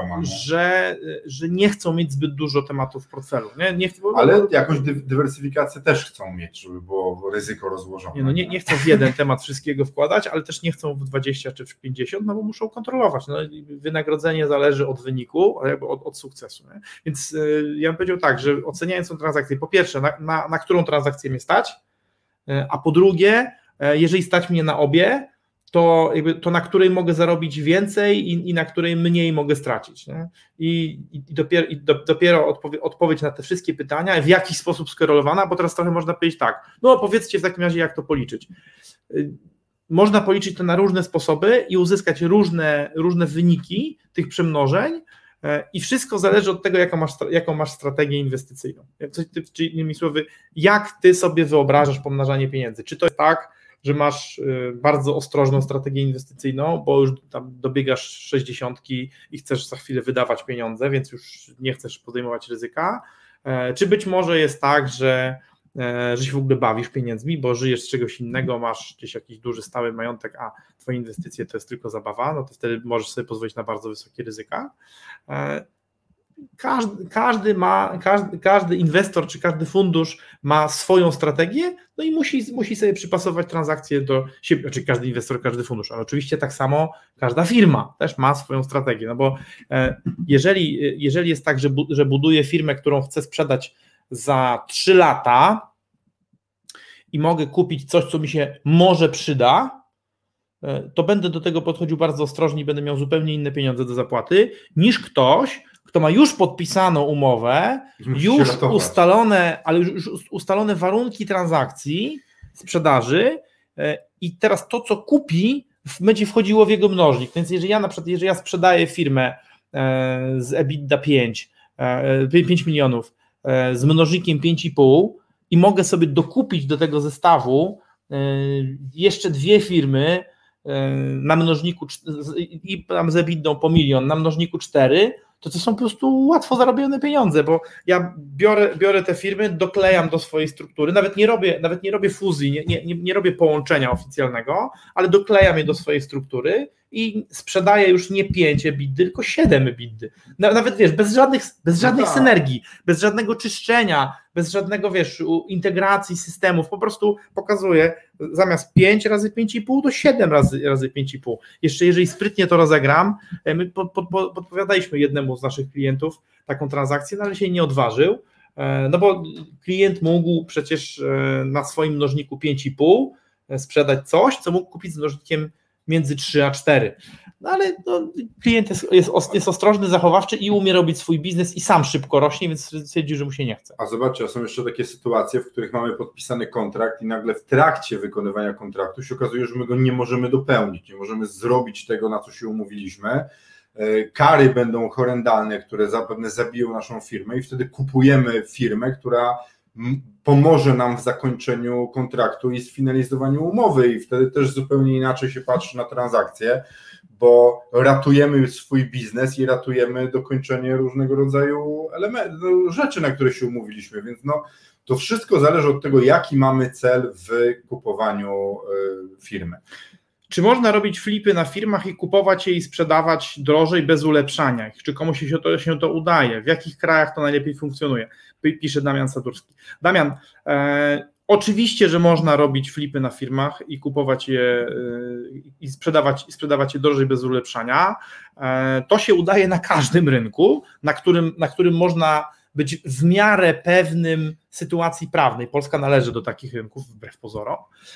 Że nie chcą mieć zbyt dużo tematów w portfelu.
Ale jakąś dywersyfikację też chcą mieć, żeby było ryzyko rozłożone.
Nie chcą w jeden temat wszystkiego wkładać, ale też nie chcą w 20 czy w 50, no bo muszą kontrolować. No, wynagrodzenie zależy od wyniku, od sukcesu. Nie? Więc ja bym powiedział tak, że oceniając tą transakcję, po pierwsze, na którą transakcję mnie stać, a po drugie, jeżeli stać mnie na obie, to na której mogę zarobić więcej i na której mniej mogę stracić. Nie? I dopiero odpowiedź na te wszystkie pytania, w jaki sposób skorelowana, bo teraz trochę można powiedzieć tak, no powiedzcie w takim razie, jak to policzyć. Można policzyć to na różne sposoby i uzyskać różne wyniki tych przemnożeń, i wszystko zależy od tego, jaką masz strategię inwestycyjną. Czyli innymi słowy, jak ty sobie wyobrażasz pomnażanie pieniędzy. Czy to jest tak, że masz bardzo ostrożną strategię inwestycyjną, bo już tam dobiegasz 60 i chcesz za chwilę wydawać pieniądze, więc już nie chcesz podejmować ryzyka, czy być może jest tak, że się w ogóle bawisz pieniędzmi, bo żyjesz z czegoś innego, masz gdzieś jakiś duży stały majątek, a twoje inwestycje to jest tylko zabawa, no to wtedy możesz sobie pozwolić na bardzo wysokie ryzyka. Każdy inwestor czy każdy fundusz ma swoją strategię, no i musi sobie przypasować transakcje do siebie, czy każdy inwestor, każdy fundusz, ale oczywiście tak samo każda firma też ma swoją strategię, no bo jeżeli jest tak, że buduję firmę, którą chcę sprzedać za 3 lata i mogę kupić coś, co mi się może przyda, to będę do tego podchodził bardzo ostrożnie i będę miał zupełnie inne pieniądze do zapłaty, niż ktoś, kto ma już podpisaną umowę, już ustalone warunki transakcji, sprzedaży i teraz to, co kupi, będzie wchodziło w jego mnożnik. Więc jeżeli ja sprzedaję firmę z EBITDA 5 milionów, z mnożnikiem 5,5 i mogę sobie dokupić do tego zestawu jeszcze 2 firmy na mnożniku i tam z EBITDA po 1 000 000 na mnożniku 4, to są po prostu łatwo zarobione pieniądze, bo ja biorę te firmy, doklejam do swojej struktury, nawet nie robię fuzji, nie robię połączenia oficjalnego, ale doklejam je do swojej struktury i sprzedaję już nie 5 EBITDA, tylko 7 EBITDA. Nawet wiesz, bez żadnych synergii, bez żadnego czyszczenia, bez żadnego integracji systemów, po prostu pokazuję zamiast 5 razy 5,5 to 7 razy 5,5. Jeszcze jeżeli sprytnie to rozegram, my podpowiadaliśmy jednemu z naszych klientów taką transakcję, ale się nie odważył, no bo klient mógł przecież na swoim mnożniku 5,5 sprzedać coś, co mógł kupić z mnożnikiem między 3 a 4. No ale klient jest ostrożny, zachowawczy i umie robić swój biznes i sam szybko rośnie, więc stwierdzi, że mu się nie chce.
A zobaczcie, są jeszcze takie sytuacje, w których mamy podpisany kontrakt i nagle w trakcie wykonywania kontraktu się okazuje, że my go nie możemy dopełnić, nie możemy zrobić tego, na co się umówiliśmy. Kary będą horrendalne, które zapewne zabiją naszą firmę i wtedy kupujemy firmę, która pomoże nam w zakończeniu kontraktu i sfinalizowaniu umowy i wtedy też zupełnie inaczej się patrzy na transakcje, bo ratujemy swój biznes i ratujemy dokończenie różnego rodzaju rzeczy, na które się umówiliśmy, więc to wszystko zależy od tego, jaki mamy cel w kupowaniu firmy.
Czy można robić flipy na firmach i kupować je i sprzedawać drożej bez ulepszania ich? Czy komuś się to udaje? W jakich krajach to najlepiej funkcjonuje? Pisze Damian Sadurski. Damian, oczywiście, że można robić flipy na firmach i kupować je i sprzedawać je drożej bez ulepszania. To się udaje na każdym rynku, na którym można być w miarę pewnym sytuacji prawnej. Polska należy do takich rynków, wbrew pozorom.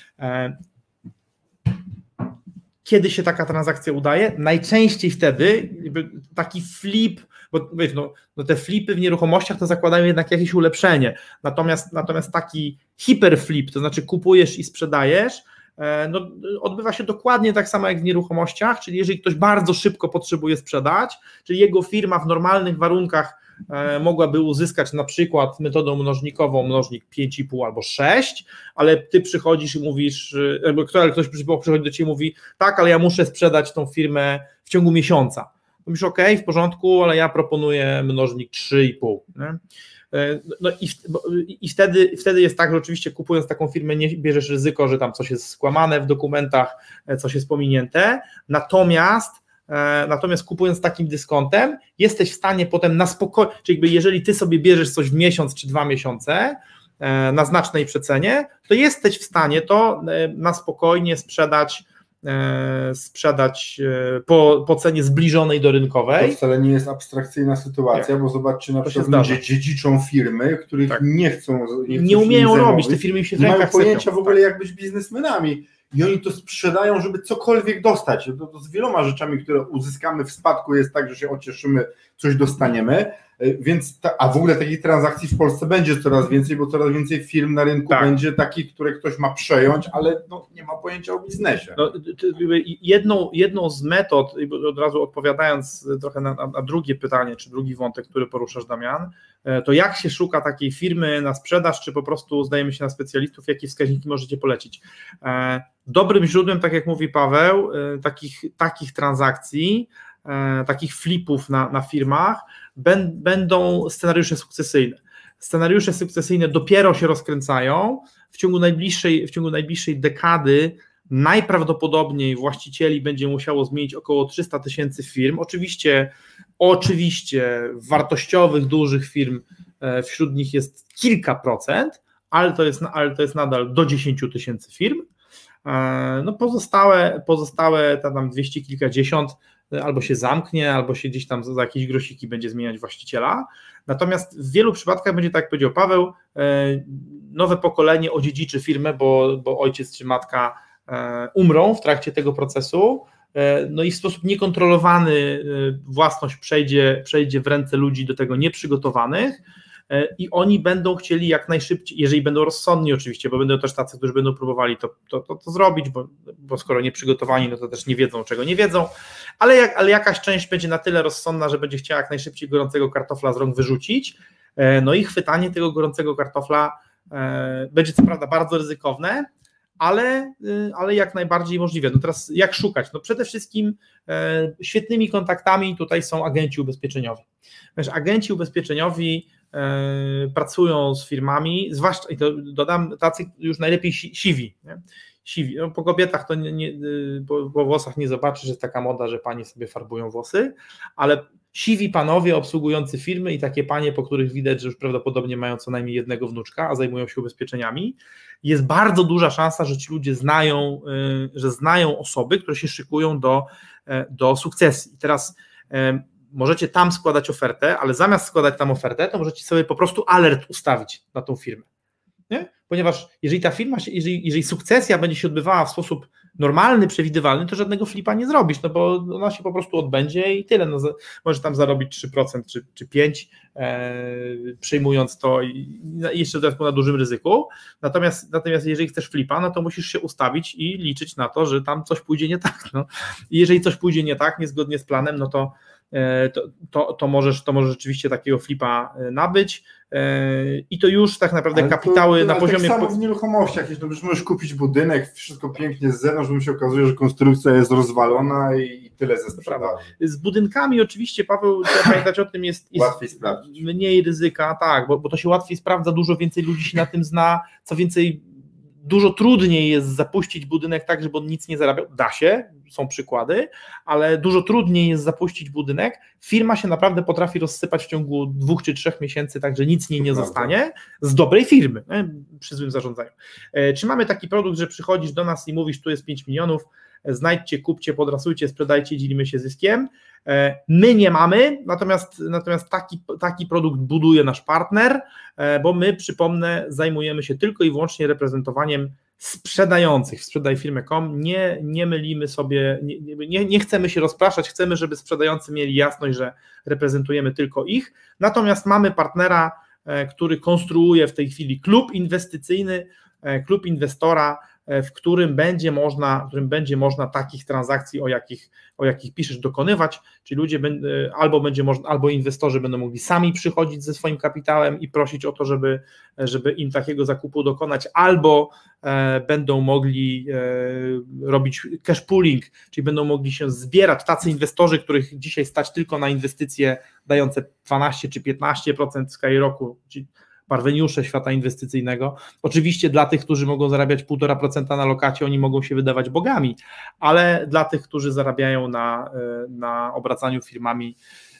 Kiedy się taka transakcja udaje? Najczęściej wtedy taki flip, bo wiesz, te flipy w nieruchomościach to zakładają jednak jakieś ulepszenie, natomiast taki hiperflip, to znaczy kupujesz i sprzedajesz, odbywa się dokładnie tak samo jak w nieruchomościach, czyli jeżeli ktoś bardzo szybko potrzebuje sprzedać, czyli jego firma w normalnych warunkach mogłaby uzyskać na przykład metodą mnożnikową mnożnik 5,5 albo 6, ale ty przychodzisz i mówisz, albo ktoś przychodzi do ciebie i mówi, tak, ale ja muszę sprzedać tą firmę w ciągu miesiąca. Mówisz, ok, w porządku, ale ja proponuję mnożnik 3,5. Nie? No i wtedy jest tak, że oczywiście kupując taką firmę nie bierzesz ryzyko, że tam coś jest skłamane w dokumentach, coś jest pominięte, natomiast kupując takim dyskontem jesteś w stanie potem na spokojnie, czyli jeżeli ty sobie bierzesz coś w miesiąc czy 2 miesiące na znacznej przecenie, to jesteś w stanie to na spokojnie sprzedać po cenie zbliżonej do rynkowej.
To wcale nie jest abstrakcyjna sytuacja, bo zobaczcie, na przykład ludzie dziedziczą firmy, których nie umieją robić,
te firmy się w
nie
rękach
mają pojęcia w ogóle jak być biznesmenami i oni to sprzedają, żeby cokolwiek dostać. To z wieloma rzeczami, które uzyskamy w spadku jest tak, że się ocieszymy, coś dostaniemy, więc a w ogóle takich transakcji w Polsce będzie coraz więcej, bo coraz więcej firm na rynku będzie takich, które ktoś ma przejąć, ale nie ma pojęcia o biznesie.
Jedną z metod, od razu odpowiadając trochę na drugie pytanie, czy drugi wątek, który poruszasz, Damian, to jak się szuka takiej firmy na sprzedaż, czy po prostu zdajemy się na specjalistów, jakie wskaźniki możecie polecić? Dobrym źródłem, tak jak mówi Paweł, takich transakcji, takich flipów na firmach będą scenariusze sukcesyjne. Scenariusze sukcesyjne dopiero się rozkręcają. W ciągu najbliższej dekady najprawdopodobniej właścicieli będzie musiało zmienić około 300 000 firm. Oczywiście wartościowych, dużych firm wśród nich jest kilka procent, ale to jest nadal do 10 000 firm. Pozostałe tam 200 kilkadziesiąt albo się zamknie, albo się gdzieś tam za jakieś grosiki będzie zmieniać właściciela. Natomiast w wielu przypadkach będzie, tak jak powiedział Paweł, nowe pokolenie odziedziczy firmę, bo ojciec czy matka umrą w trakcie tego procesu, no i w sposób niekontrolowany własność przejdzie w ręce ludzi do tego nieprzygotowanych i oni będą chcieli jak najszybciej, jeżeli będą rozsądni oczywiście, bo będą też tacy, którzy będą próbowali to zrobić, bo skoro nie przygotowani, no to też nie wiedzą, czego nie wiedzą, ale jakaś część będzie na tyle rozsądna, że będzie chciała jak najszybciej gorącego kartofla z rąk wyrzucić, no i chwytanie tego gorącego kartofla będzie co prawda bardzo ryzykowne, ale jak najbardziej możliwe. No teraz jak szukać? No przede wszystkim świetnymi kontaktami tutaj są agenci ubezpieczeniowi. Wiesz, agenci ubezpieczeniowi pracują z firmami, zwłaszcza, i to dodam, tacy już najlepiej siwi. Nie? Siwi. No, po kobietach to po włosach nie zobaczysz, że jest taka moda, że panie sobie farbują włosy, ale siwi panowie obsługujący firmy i takie panie, po których widać, że już prawdopodobnie mają co najmniej jednego wnuczka, a zajmują się ubezpieczeniami, jest bardzo duża szansa, że ci ludzie znają osoby, które się szykują do sukcesji. I teraz możecie tam składać ofertę, ale zamiast składać tam ofertę, to możecie sobie po prostu alert ustawić na tą firmę. Nie? Ponieważ jeżeli ta firma, jeżeli sukcesja będzie się odbywała w sposób normalny, przewidywalny, to żadnego flipa nie zrobisz, no bo ona się po prostu odbędzie i tyle. No, możesz tam zarobić 3% czy 5%, przyjmując to i jeszcze dodatkowo na dużym ryzyku. Natomiast jeżeli chcesz flipa, no to musisz się ustawić i liczyć na to, że tam coś pójdzie nie tak. No. I jeżeli coś pójdzie nie tak, niezgodnie z planem, no to możesz rzeczywiście takiego flipa nabyć i to już tak naprawdę ale kapitały na poziomie...
Tak samo w nieruchomościach, no możesz kupić budynek, wszystko pięknie z zewnątrz, bo się okazuje, że konstrukcja jest rozwalona i tyle ze sprzedaży.
Z budynkami oczywiście, Paweł, trzeba pamiętać o tym, jest
łatwiej sprawdzić.
Mniej ryzyka, tak, bo to się łatwiej sprawdza, dużo więcej ludzi się na tym zna, co więcej, dużo trudniej jest zapuścić budynek tak, żeby on nic nie zarabiał. Da się, są przykłady, ale dużo trudniej jest zapuścić budynek. Firma się naprawdę potrafi rozsypać w ciągu 2 czy 3 miesięcy, tak, że nic nie zostanie z dobrej firmy, przy złym zarządzaniu. Czy mamy taki produkt, że przychodzisz do nas i mówisz, tu jest 5 milionów, znajdźcie, kupcie, podrasujcie, sprzedajcie, dzielimy się zyskiem. My nie mamy, natomiast taki produkt buduje nasz partner, bo my, przypomnę, zajmujemy się tylko i wyłącznie reprezentowaniem sprzedających w sprzedajfirmę.com, nie mylimy sobie, nie chcemy się rozpraszać, chcemy, żeby sprzedający mieli jasność, że reprezentujemy tylko ich, natomiast mamy partnera, który konstruuje w tej chwili klub inwestycyjny, klub inwestora, w którym będzie można takich transakcji, o jakich piszesz, dokonywać, czyli ludzie albo inwestorzy będą mogli sami przychodzić ze swoim kapitałem i prosić o to, żeby im takiego zakupu dokonać, albo będą mogli robić cash pooling, czyli będą mogli się zbierać tacy inwestorzy, których dzisiaj stać tylko na inwestycje dające 12 czy 15% Skyrocku, czyli parweniusze świata inwestycyjnego. Oczywiście dla tych, którzy mogą zarabiać 1,5% na lokacie, oni mogą się wydawać bogami, ale dla tych, którzy zarabiają na obracaniu firmami,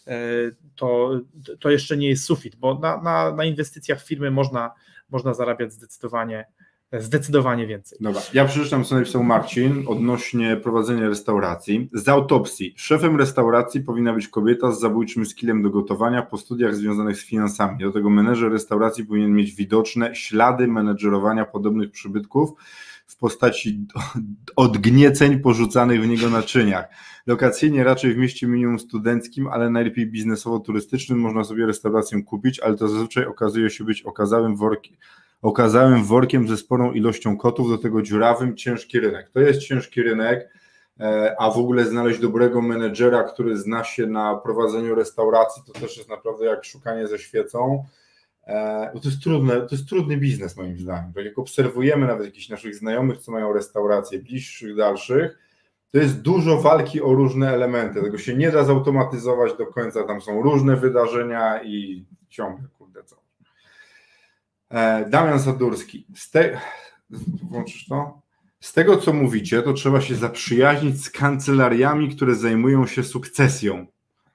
to jeszcze nie jest sufit, bo na inwestycjach w firmy można zarabiać zdecydowanie więcej.
Dobra, ja przeczytam, co napisał Marcin odnośnie prowadzenia restauracji. Z autopsji. Szefem restauracji powinna być kobieta z zabójczym skillem do gotowania po studiach związanych z finansami. Do tego menedżer restauracji powinien mieć widoczne ślady menedżerowania podobnych przybytków w postaci odgnieceń porzucanych w niego naczyniach. Lokacyjnie raczej w mieście minimum studenckim, ale najlepiej biznesowo-turystycznym można sobie restaurację kupić, ale to zazwyczaj okazuje się być okazałym workiem ze sporą ilością kotów, do tego dziurawym, ciężki rynek. To jest ciężki rynek, a w ogóle znaleźć dobrego menedżera, który zna się na prowadzeniu restauracji, to też jest naprawdę jak szukanie ze świecą. Bo to jest trudny biznes moim zdaniem. Tak jak obserwujemy nawet jakichś naszych znajomych, co mają restauracje bliższych, dalszych, to jest dużo walki o różne elementy. Tego się nie da zautomatyzować do końca, tam są różne wydarzenia i ciągle, kurde, co. Damian Sadurski, włączysz to? Z tego, co mówicie, to trzeba się zaprzyjaźnić z kancelariami, które zajmują się sukcesją.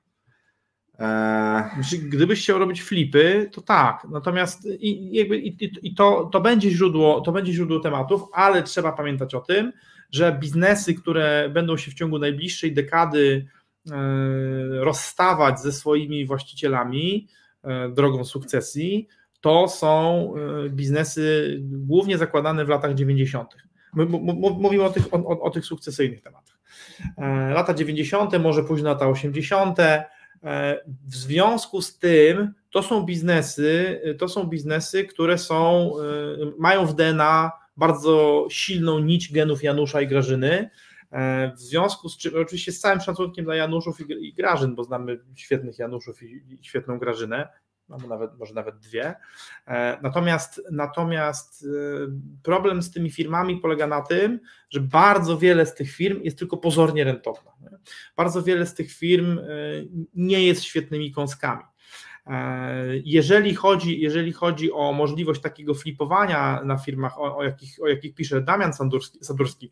Gdybyś chciał robić flipy, to tak, natomiast to będzie źródło tematów, ale trzeba pamiętać o tym, że biznesy, które będą się w ciągu najbliższej dekady rozstawać ze swoimi właścicielami drogą sukcesji, to są biznesy głównie zakładane w latach 90. Mówimy o tych sukcesyjnych tematach. Lata 90., może później lata 80. W związku z tym to są biznesy, które mają w DNA bardzo silną nić genów Janusza i Grażyny, w związku z czym, oczywiście z całym szacunkiem dla Januszów i Grażyn, bo znamy świetnych Januszów i świetną Grażynę, może nawet 2. Natomiast problem z tymi firmami polega na tym, że bardzo wiele z tych firm jest tylko pozornie rentowna. Bardzo wiele z tych firm nie jest świetnymi kąskami. Jeżeli chodzi o możliwość takiego flipowania na firmach, o jakich pisze Damian Sadurski,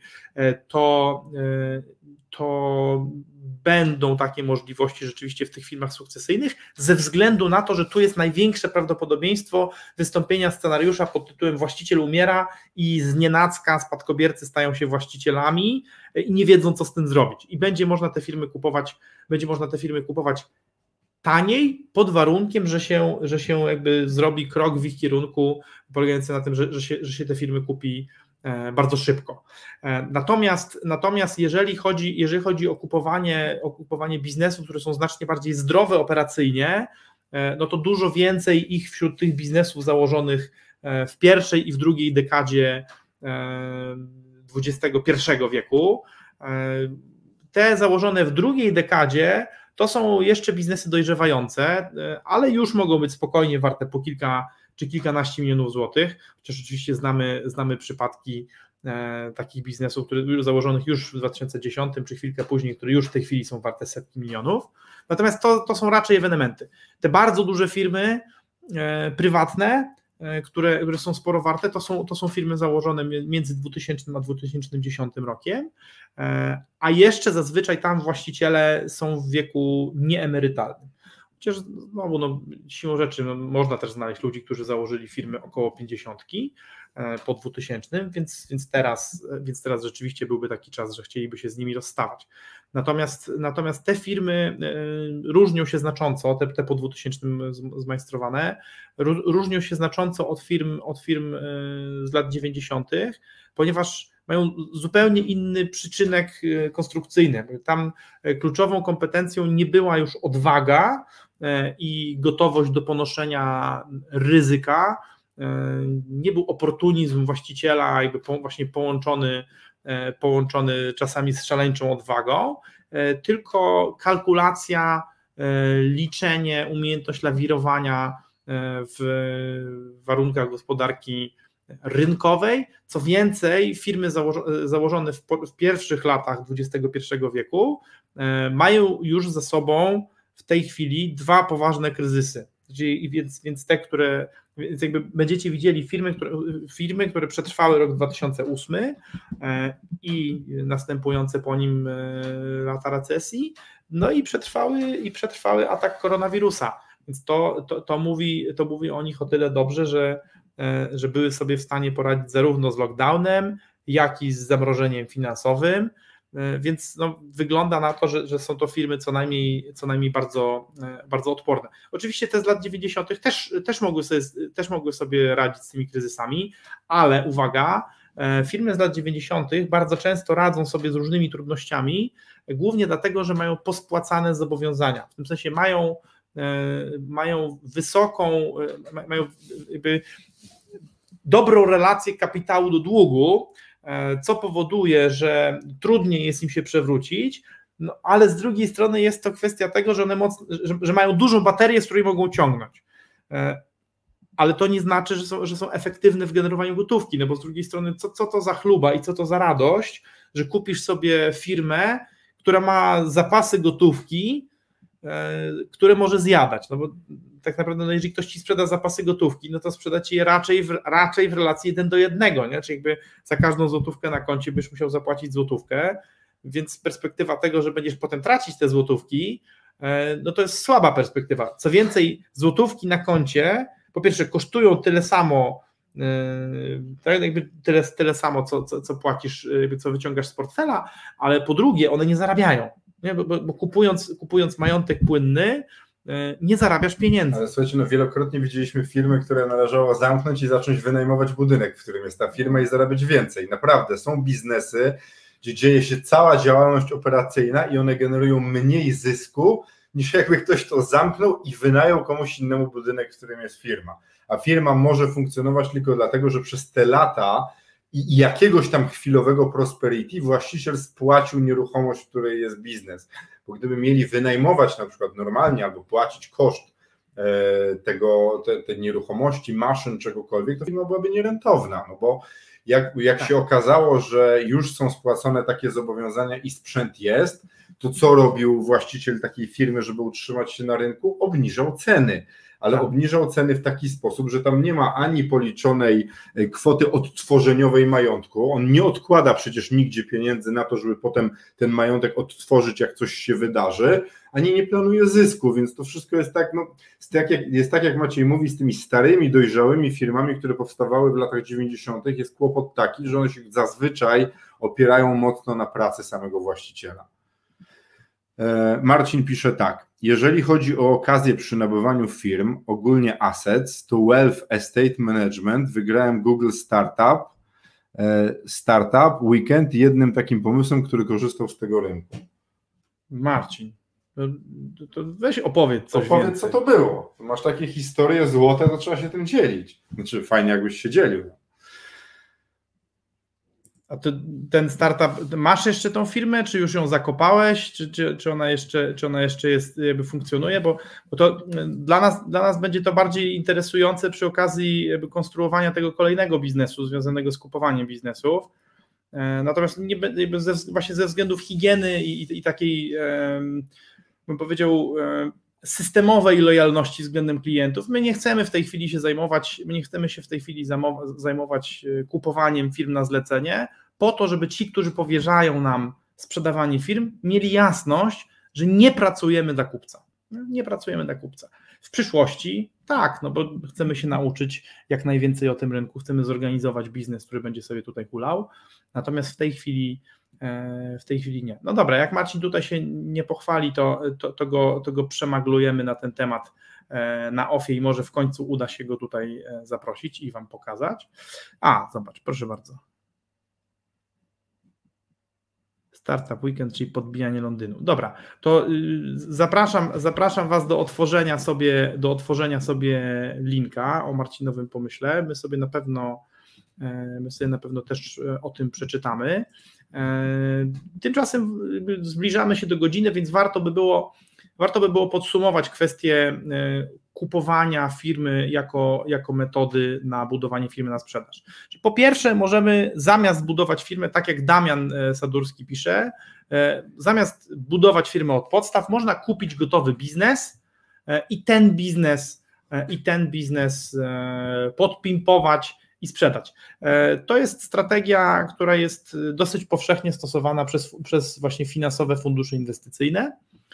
to będą takie możliwości rzeczywiście w tych firmach sukcesyjnych, ze względu na to, że tu jest największe prawdopodobieństwo wystąpienia scenariusza pod tytułem właściciel umiera i znienacka spadkobiercy stają się właścicielami i nie wiedzą, co z tym zrobić. I będzie można te firmy kupować taniej, pod warunkiem, że się jakby zrobi krok w ich kierunku, polegający na tym, że się te firmy kupi bardzo szybko. Natomiast jeżeli chodzi o kupowanie biznesów, które są znacznie bardziej zdrowe operacyjnie, no to dużo więcej ich wśród tych biznesów założonych w pierwszej i w drugiej dekadzie XXI wieku. Te założone w drugiej dekadzie to są jeszcze biznesy dojrzewające, ale już mogą być spokojnie warte po kilka czy kilkanaście milionów złotych, chociaż oczywiście znamy przypadki takich biznesów, które założonych już w 2010 czy chwilkę później, które już w tej chwili są warte setki milionów. Natomiast to są raczej ewenementy. Te bardzo duże firmy prywatne, które są sporo warte, to są firmy założone między 2000 a 2010 rokiem, a jeszcze zazwyczaj tam właściciele są w wieku nieemerytalnym. Chociaż znowu, siłą rzeczy można też znaleźć ludzi, którzy założyli firmy około 50 po 2000, więc teraz rzeczywiście byłby taki czas, że chcieliby się z nimi rozstawać. Natomiast te firmy różnią się znacząco, te po 2000 zmajstrowane, różnią się znacząco od firm z lat 90., ponieważ mają zupełnie inny przyczynek konstrukcyjny. Tam kluczową kompetencją nie była już odwaga i gotowość do ponoszenia ryzyka, nie był oportunizm właściciela, jakby właśnie połączony czasami z szaleńczą odwagą, tylko kalkulacja, liczenie, umiejętność lawirowania w warunkach gospodarki rynkowej. Co więcej, firmy założone w pierwszych latach XXI wieku mają już za sobą w tej chwili 2 poważne kryzysy. Więc jakby będziecie widzieli firmy, które przetrwały rok 2008 i następujące po nim lata recesji, no i przetrwały atak koronawirusa. Więc to mówi o nich o tyle dobrze, że były sobie w stanie poradzić zarówno z lockdownem, jak i z zamrożeniem finansowym, więc wygląda na to, że są to firmy co najmniej bardzo, bardzo odporne. Oczywiście te z lat 90. też mogły sobie radzić z tymi kryzysami, ale uwaga, firmy z lat 90. bardzo często radzą sobie z różnymi trudnościami, głównie dlatego, że mają pospłacane zobowiązania, w tym sensie mają wysoką, mają jakby dobrą relację kapitału do długu, co powoduje, że trudniej jest im się przewrócić, ale z drugiej strony jest to kwestia tego, że że mają dużą baterię, z której mogą ciągnąć. Ale to nie znaczy, że są efektywne w generowaniu gotówki, bo z drugiej strony co to za chluba i co to za radość, że kupisz sobie firmę, która ma zapasy gotówki, które może zjadać, bo tak naprawdę jeżeli ktoś ci sprzeda zapasy gotówki, to sprzeda ci je raczej w relacji 1:1, nie? Czyli jakby za każdą złotówkę na koncie byś musiał zapłacić złotówkę, więc perspektywa tego, że będziesz potem tracić te złotówki, to jest słaba perspektywa. Co więcej, złotówki na koncie po pierwsze kosztują tyle samo, tak jakby tyle samo, co płacisz, co wyciągasz z portfela, ale po drugie one nie zarabiają, nie? Bo kupując majątek płynny nie zarabiasz pieniędzy.
Ale słuchajcie, wielokrotnie widzieliśmy firmy, które należało zamknąć i zacząć wynajmować budynek, w którym jest ta firma i zarabiać więcej. Naprawdę, są biznesy, gdzie dzieje się cała działalność operacyjna i one generują mniej zysku, niż jakby ktoś to zamknął i wynajął komuś innemu budynek, w którym jest firma. A firma może funkcjonować tylko dlatego, że przez te lata i jakiegoś tam chwilowego prosperity właściciel spłacił nieruchomość, w której jest biznes. Bo gdyby mieli wynajmować na przykład normalnie albo płacić koszt tej nieruchomości, maszyn, czegokolwiek, to firma byłaby nierentowna, no bo jak się okazało, że już są spłacone takie zobowiązania i sprzęt jest, to co robił właściciel takiej firmy, żeby utrzymać się na rynku? Obniżał ceny, ale obniżał ceny w taki sposób, że tam nie ma ani policzonej kwoty odtworzeniowej majątku, on nie odkłada przecież nigdzie pieniędzy na to, żeby potem ten majątek odtworzyć, jak coś się wydarzy, ani nie planuje zysku, więc to wszystko jest tak, jest tak jak Maciej mówi, z tymi starymi, dojrzałymi firmami, które powstawały w latach 90., jest kłopot taki, że one się zazwyczaj opierają mocno na pracy samego właściciela. Marcin pisze tak, jeżeli chodzi o okazję przy nabywaniu firm, ogólnie assets, to Wealth Estate Management, wygrałem Google Startup Weekend jednym takim pomysłem, który korzystał z tego rynku.
Marcin, to weź opowiedz coś
Opowiedz,
więcej.
co to było. Masz takie historie złote, to trzeba się tym dzielić. Znaczy fajnie, jakbyś się dzielił.
A ten startup, masz jeszcze tą firmę, czy już ją zakopałeś, czy ona jeszcze jest, jakby funkcjonuje, bo to dla nas będzie to bardziej interesujące przy okazji jakby konstruowania tego kolejnego biznesu związanego z kupowaniem biznesów. Natomiast właśnie ze względów higieny i takiej, bym powiedział, systemowej lojalności względem klientów, my nie chcemy w tej chwili się zajmować kupowaniem firm na zlecenie, po to, żeby ci, którzy powierzają nam sprzedawanie firm, mieli jasność, że nie pracujemy dla kupca. Nie pracujemy dla kupca. W przyszłości tak, no bo chcemy się nauczyć jak najwięcej o tym rynku, chcemy zorganizować biznes, który będzie sobie tutaj hulał, natomiast w tej chwili nie. No dobra, jak Marcin tutaj się nie pochwali, to go przemaglujemy na ten temat na offie i może w końcu uda się go tutaj zaprosić i wam pokazać. Zobacz, proszę bardzo. Startup Weekend, czyli podbijanie Londynu. Dobra, to zapraszam was do otworzenia sobie linka o Marcinowym pomyśle. My sobie na pewno też o tym przeczytamy. Tymczasem zbliżamy się do godziny, więc warto by było podsumować kwestię kupowania firmy jako metody na budowanie firmy na sprzedaż. Po pierwsze, możemy zamiast budować firmę, tak jak Damian Sadurski pisze, zamiast budować firmę od podstaw, można kupić gotowy biznes i ten biznes podpimpować i sprzedać. To jest strategia, która jest dosyć powszechnie stosowana przez właśnie finansowe fundusze inwestycyjne.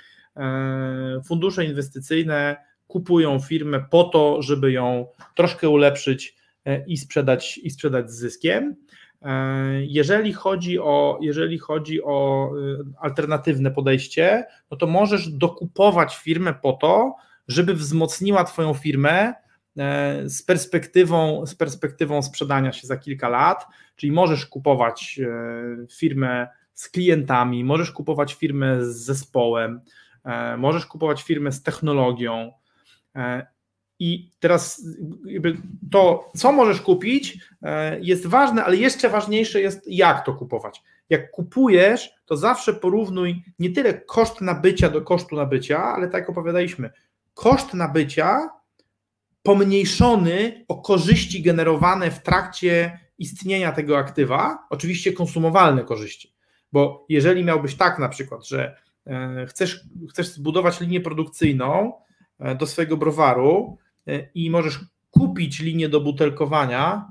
Fundusze inwestycyjne kupują firmę po to, żeby ją troszkę ulepszyć i sprzedać z zyskiem. Jeżeli chodzi o alternatywne podejście, no to możesz dokupować firmę po to, żeby wzmocniła twoją firmę z perspektywą sprzedania się za kilka lat, czyli możesz kupować firmę z klientami, możesz kupować firmę z zespołem, możesz kupować firmę z technologią i teraz to, co możesz kupić, jest ważne, ale jeszcze ważniejsze jest, jak to kupować. Jak kupujesz, to zawsze porównuj nie tyle koszt nabycia do kosztu nabycia, ale tak jak opowiadaliśmy, koszt nabycia pomniejszony o korzyści generowane w trakcie istnienia tego aktywa, oczywiście konsumowalne korzyści, bo jeżeli miałbyś tak na przykład, że chcesz zbudować linię produkcyjną do swojego browaru i możesz kupić linię do butelkowania,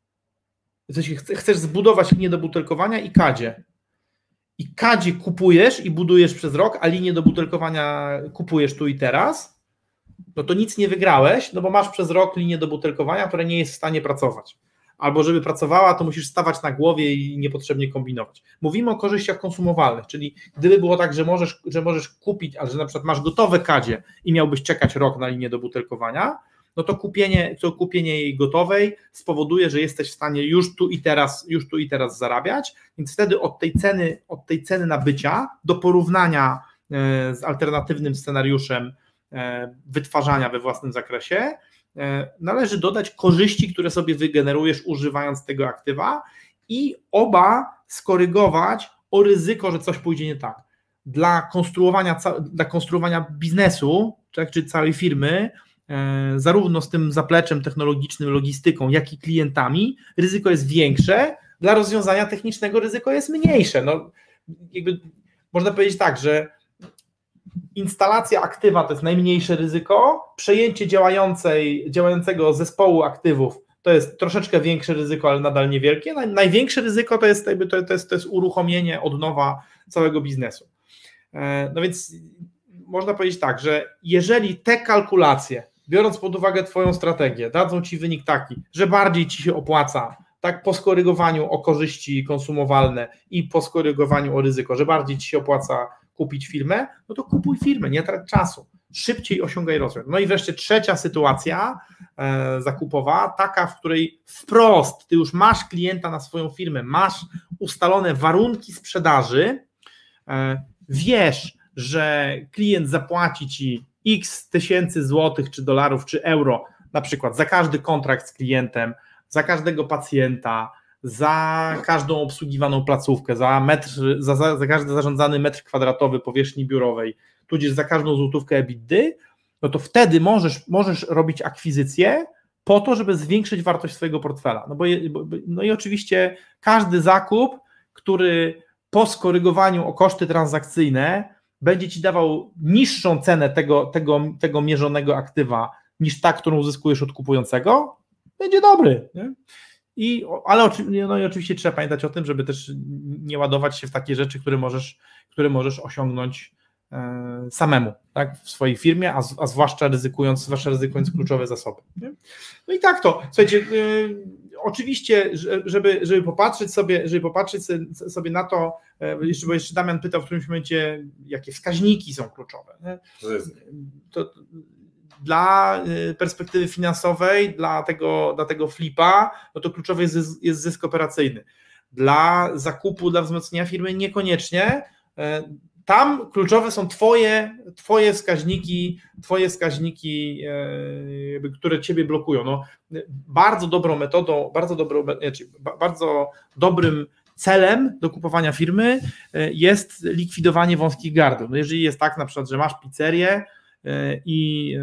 chcesz zbudować linię do butelkowania i kadzie. I kadzie kupujesz i budujesz przez rok, a linię do butelkowania kupujesz tu i teraz, no to nic nie wygrałeś, no bo masz przez rok linię do butelkowania, która nie jest w stanie pracować. Albo żeby pracowała, to musisz stawać na głowie i niepotrzebnie kombinować. Mówimy o korzyściach konsumowalnych, czyli gdyby było tak, że możesz kupić, ale że na przykład masz gotowe kadzie i miałbyś czekać rok na linię do butelkowania, no to kupienie jej gotowej spowoduje, że jesteś w stanie już tu i teraz zarabiać, więc wtedy od tej ceny nabycia do porównania z alternatywnym scenariuszem wytwarzania we własnym zakresie należy dodać korzyści, które sobie wygenerujesz używając tego aktywa i oba skorygować o ryzyko, że coś pójdzie nie tak. Dla konstruowania biznesu, czy całej firmy zarówno z tym zapleczem technologicznym, logistyką, jak i klientami, ryzyko jest większe, dla rozwiązania technicznego ryzyko jest mniejsze. No, jakby można powiedzieć tak, że instalacja aktywa to jest najmniejsze ryzyko, przejęcie działającego zespołu aktywów to jest troszeczkę większe ryzyko, ale nadal niewielkie. Największe ryzyko to jest uruchomienie od nowa całego biznesu. No więc można powiedzieć tak, że jeżeli te kalkulacje, biorąc pod uwagę Twoją strategię, dadzą Ci wynik taki, że bardziej Ci się opłaca, tak po skorygowaniu o korzyści konsumowalne i po skorygowaniu o ryzyko, że bardziej Ci się opłaca kupić firmę, no to kupuj firmę, nie trać czasu, szybciej osiągaj rozwój. No i wreszcie trzecia sytuacja zakupowa, taka, w której wprost Ty już masz klienta na swoją firmę, masz ustalone warunki sprzedaży, wiesz, że klient zapłaci Ci x tysięcy złotych, czy dolarów, czy euro, na przykład za każdy kontrakt z klientem, za każdego pacjenta, za każdą obsługiwaną placówkę, za każdy zarządzany metr kwadratowy powierzchni biurowej, tudzież za każdą złotówkę EBITDA, no to wtedy możesz robić akwizycję po to, żeby zwiększyć wartość swojego portfela. No i oczywiście każdy zakup, który po skorygowaniu o koszty transakcyjne będzie Ci dawał niższą cenę tego mierzonego aktywa niż ta, którą uzyskujesz od kupującego, będzie dobry. Nie? Ale oczywiście trzeba pamiętać o tym, żeby też nie ładować się w takie rzeczy, które możesz osiągnąć samemu, tak, w swojej firmie, a zwłaszcza ryzykując kluczowe zasoby. Nie? No i tak to, słuchajcie, oczywiście, żeby popatrzeć sobie na to, bo jeszcze Damian pytał w którymś momencie, jakie wskaźniki są kluczowe. Nie? To dla perspektywy finansowej, dla tego flipa, no to kluczowy jest zysk operacyjny. Dla zakupu, dla wzmocnienia firmy niekoniecznie. Tam kluczowe są twoje wskaźniki, które Ciebie blokują. No, bardzo dobrym celem do kupowania firmy jest likwidowanie wąskich gardł. No jeżeli jest tak na przykład, że masz pizzerię i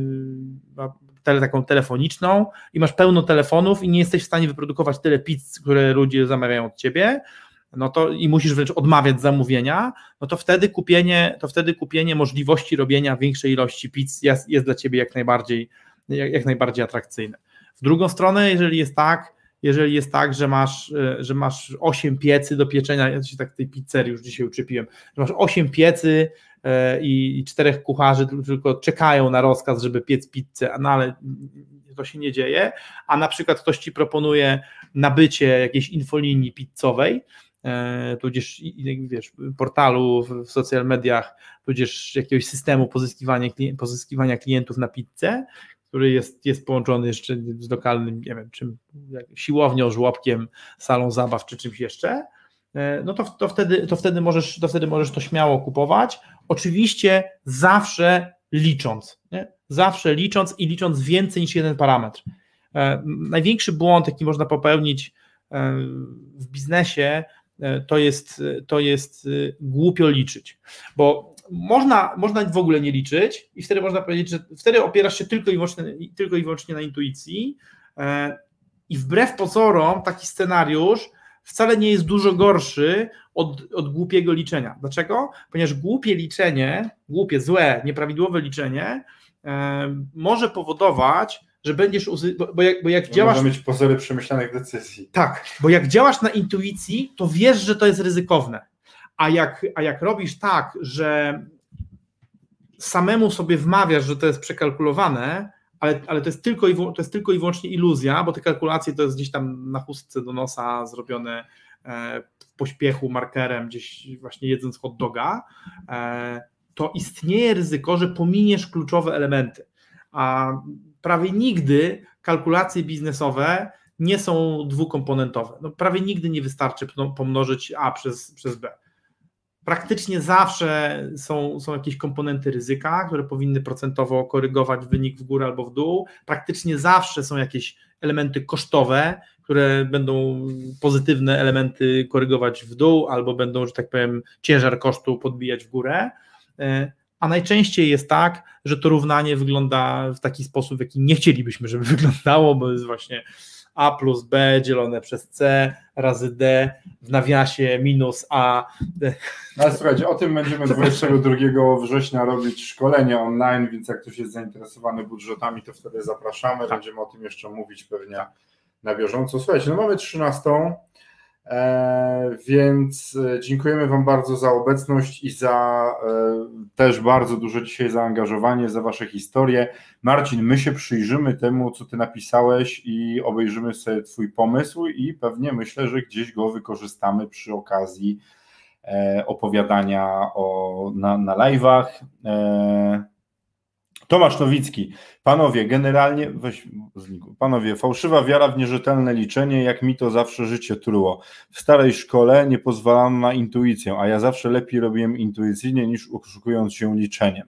taką telefoniczną i masz pełno telefonów i nie jesteś w stanie wyprodukować tyle pizz, które ludzie zamawiają od Ciebie, no to i musisz wręcz odmawiać zamówienia, no to wtedy kupienie możliwości robienia większej ilości pizz jest dla Ciebie jak najbardziej atrakcyjne. W drugą stronę, jeżeli jest tak, że masz 8 piecy do pieczenia, ja się tak tej pizzerii już dzisiaj uczepiłem, że masz 8 piecy i 4 kucharzy tylko czekają na rozkaz, żeby piec pizzę, no ale to się nie dzieje, a na przykład ktoś Ci proponuje nabycie jakiejś infolinii pizzowej, tudzież portalu w social mediach, tudzież jakiegoś systemu pozyskiwania klientów na pizzę, który jest połączony jeszcze z lokalnym, nie wiem, czym, siłownią, żłobkiem, salą zabaw czy czymś jeszcze, no to wtedy możesz to śmiało kupować. Oczywiście zawsze licząc, nie? Zawsze licząc więcej niż jeden parametr. Największy błąd, jaki można popełnić w biznesie, to jest głupio liczyć, bo można w ogóle nie liczyć i wtedy można powiedzieć, że wtedy opierasz się tylko i wyłącznie na intuicji i wbrew pozorom taki scenariusz wcale nie jest dużo gorszy od głupiego liczenia. Dlaczego? Ponieważ głupie, złe, nieprawidłowe liczenie może powodować, że będziesz, bo jak działasz...
Może mieć pozory przemyślanych decyzji.
Tak, bo jak działasz na intuicji, to wiesz, że to jest ryzykowne, a jak robisz tak, że samemu sobie wmawiasz, że to jest przekalkulowane, ale to jest tylko i wyłącznie iluzja, bo te kalkulacje to jest gdzieś tam na chustce do nosa zrobione w pośpiechu markerem, gdzieś właśnie jedząc hot doga, to istnieje ryzyko, że pominiesz kluczowe elementy, a prawie nigdy kalkulacje biznesowe nie są dwukomponentowe. No, prawie nigdy nie wystarczy pomnożyć A przez B. Praktycznie zawsze są jakieś komponenty ryzyka, które powinny procentowo korygować wynik w górę albo w dół. Praktycznie zawsze są jakieś elementy kosztowe, które będą pozytywne elementy korygować w dół albo będą, że tak powiem, ciężar kosztu podbijać w górę. a najczęściej jest tak, że to równanie wygląda w taki sposób, w jaki nie chcielibyśmy, żeby wyglądało, bo jest właśnie a plus b dzielone przez c razy d w nawiasie minus a.
Ale słuchajcie, o tym będziemy 22 września robić szkolenie online, więc jak ktoś jest zainteresowany budżetami, to wtedy zapraszamy.
Tak.
Będziemy o tym jeszcze mówić pewnie na bieżąco. Słuchajcie, no mamy 13, więc dziękujemy Wam bardzo za obecność i za też bardzo duże dzisiaj zaangażowanie, za Wasze historie. Marcin, my się przyjrzymy temu, co Ty napisałeś i obejrzymy sobie Twój pomysł i pewnie myślę, że gdzieś go wykorzystamy przy okazji opowiadania na live'ach. Tomasz Nowicki, panowie, generalnie, panowie, fałszywa wiara w nierzetelne liczenie, jak mi to zawsze życie truło. W starej szkole nie pozwalano na intuicję, a ja zawsze lepiej robiłem intuicyjnie niż oszukując się liczeniem.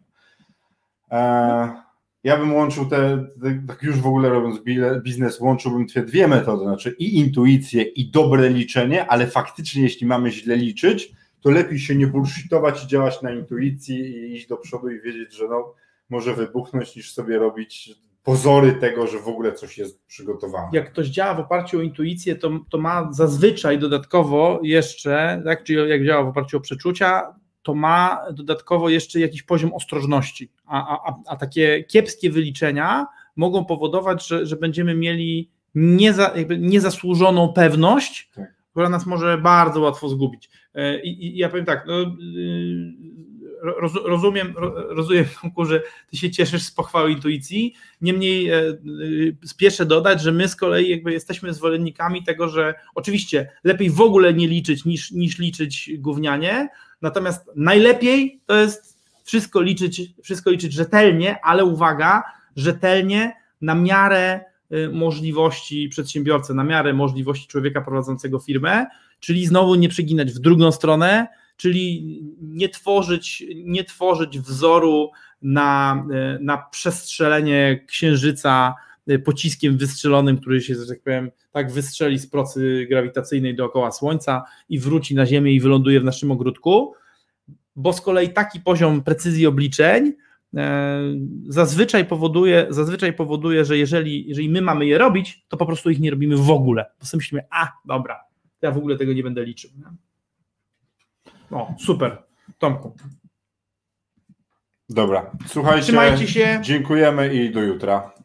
Ja bym łączył tak już w ogóle robiąc biznes, łączyłbym te dwie metody, znaczy i intuicję, i dobre liczenie, ale faktycznie jeśli mamy źle liczyć, to lepiej się nie bullshitować i działać na intuicji i iść do przodu i wiedzieć, że no, może wybuchnąć, niż sobie robić pozory tego, że w ogóle coś jest przygotowane.
Jak ktoś działa w oparciu o intuicję, to ma zazwyczaj dodatkowo jeszcze, tak, czyli jak działa w oparciu o przeczucia, to ma dodatkowo jeszcze jakiś poziom ostrożności, a takie kiepskie wyliczenia mogą powodować, że będziemy mieli niezasłużoną pewność, tak, która nas może bardzo łatwo zgubić. I ja powiem tak, no, rozumiem, Tomku, że ty się cieszysz z pochwały intuicji, niemniej spieszę dodać, że my z kolei jakby jesteśmy zwolennikami tego, że oczywiście lepiej w ogóle nie liczyć niż liczyć gównianie, natomiast najlepiej to jest wszystko liczyć rzetelnie, ale uwaga, rzetelnie na miarę możliwości przedsiębiorcy, na miarę możliwości człowieka prowadzącego firmę, czyli znowu nie przeginać w drugą stronę, czyli nie tworzyć wzoru na przestrzelenie księżyca pociskiem wystrzelonym, który się, że tak powiem, tak wystrzeli z procy grawitacyjnej dookoła Słońca i wróci na Ziemię i wyląduje w naszym ogródku, bo z kolei taki poziom precyzji obliczeń zazwyczaj powoduje, że jeżeli my mamy je robić, to po prostu ich nie robimy w ogóle. Po prostu myślimy, dobra, ja w ogóle tego nie będę liczył. O, super, Tomku.
Dobra, słuchajcie,
Trzymajcie się.
Dziękujemy i do jutra.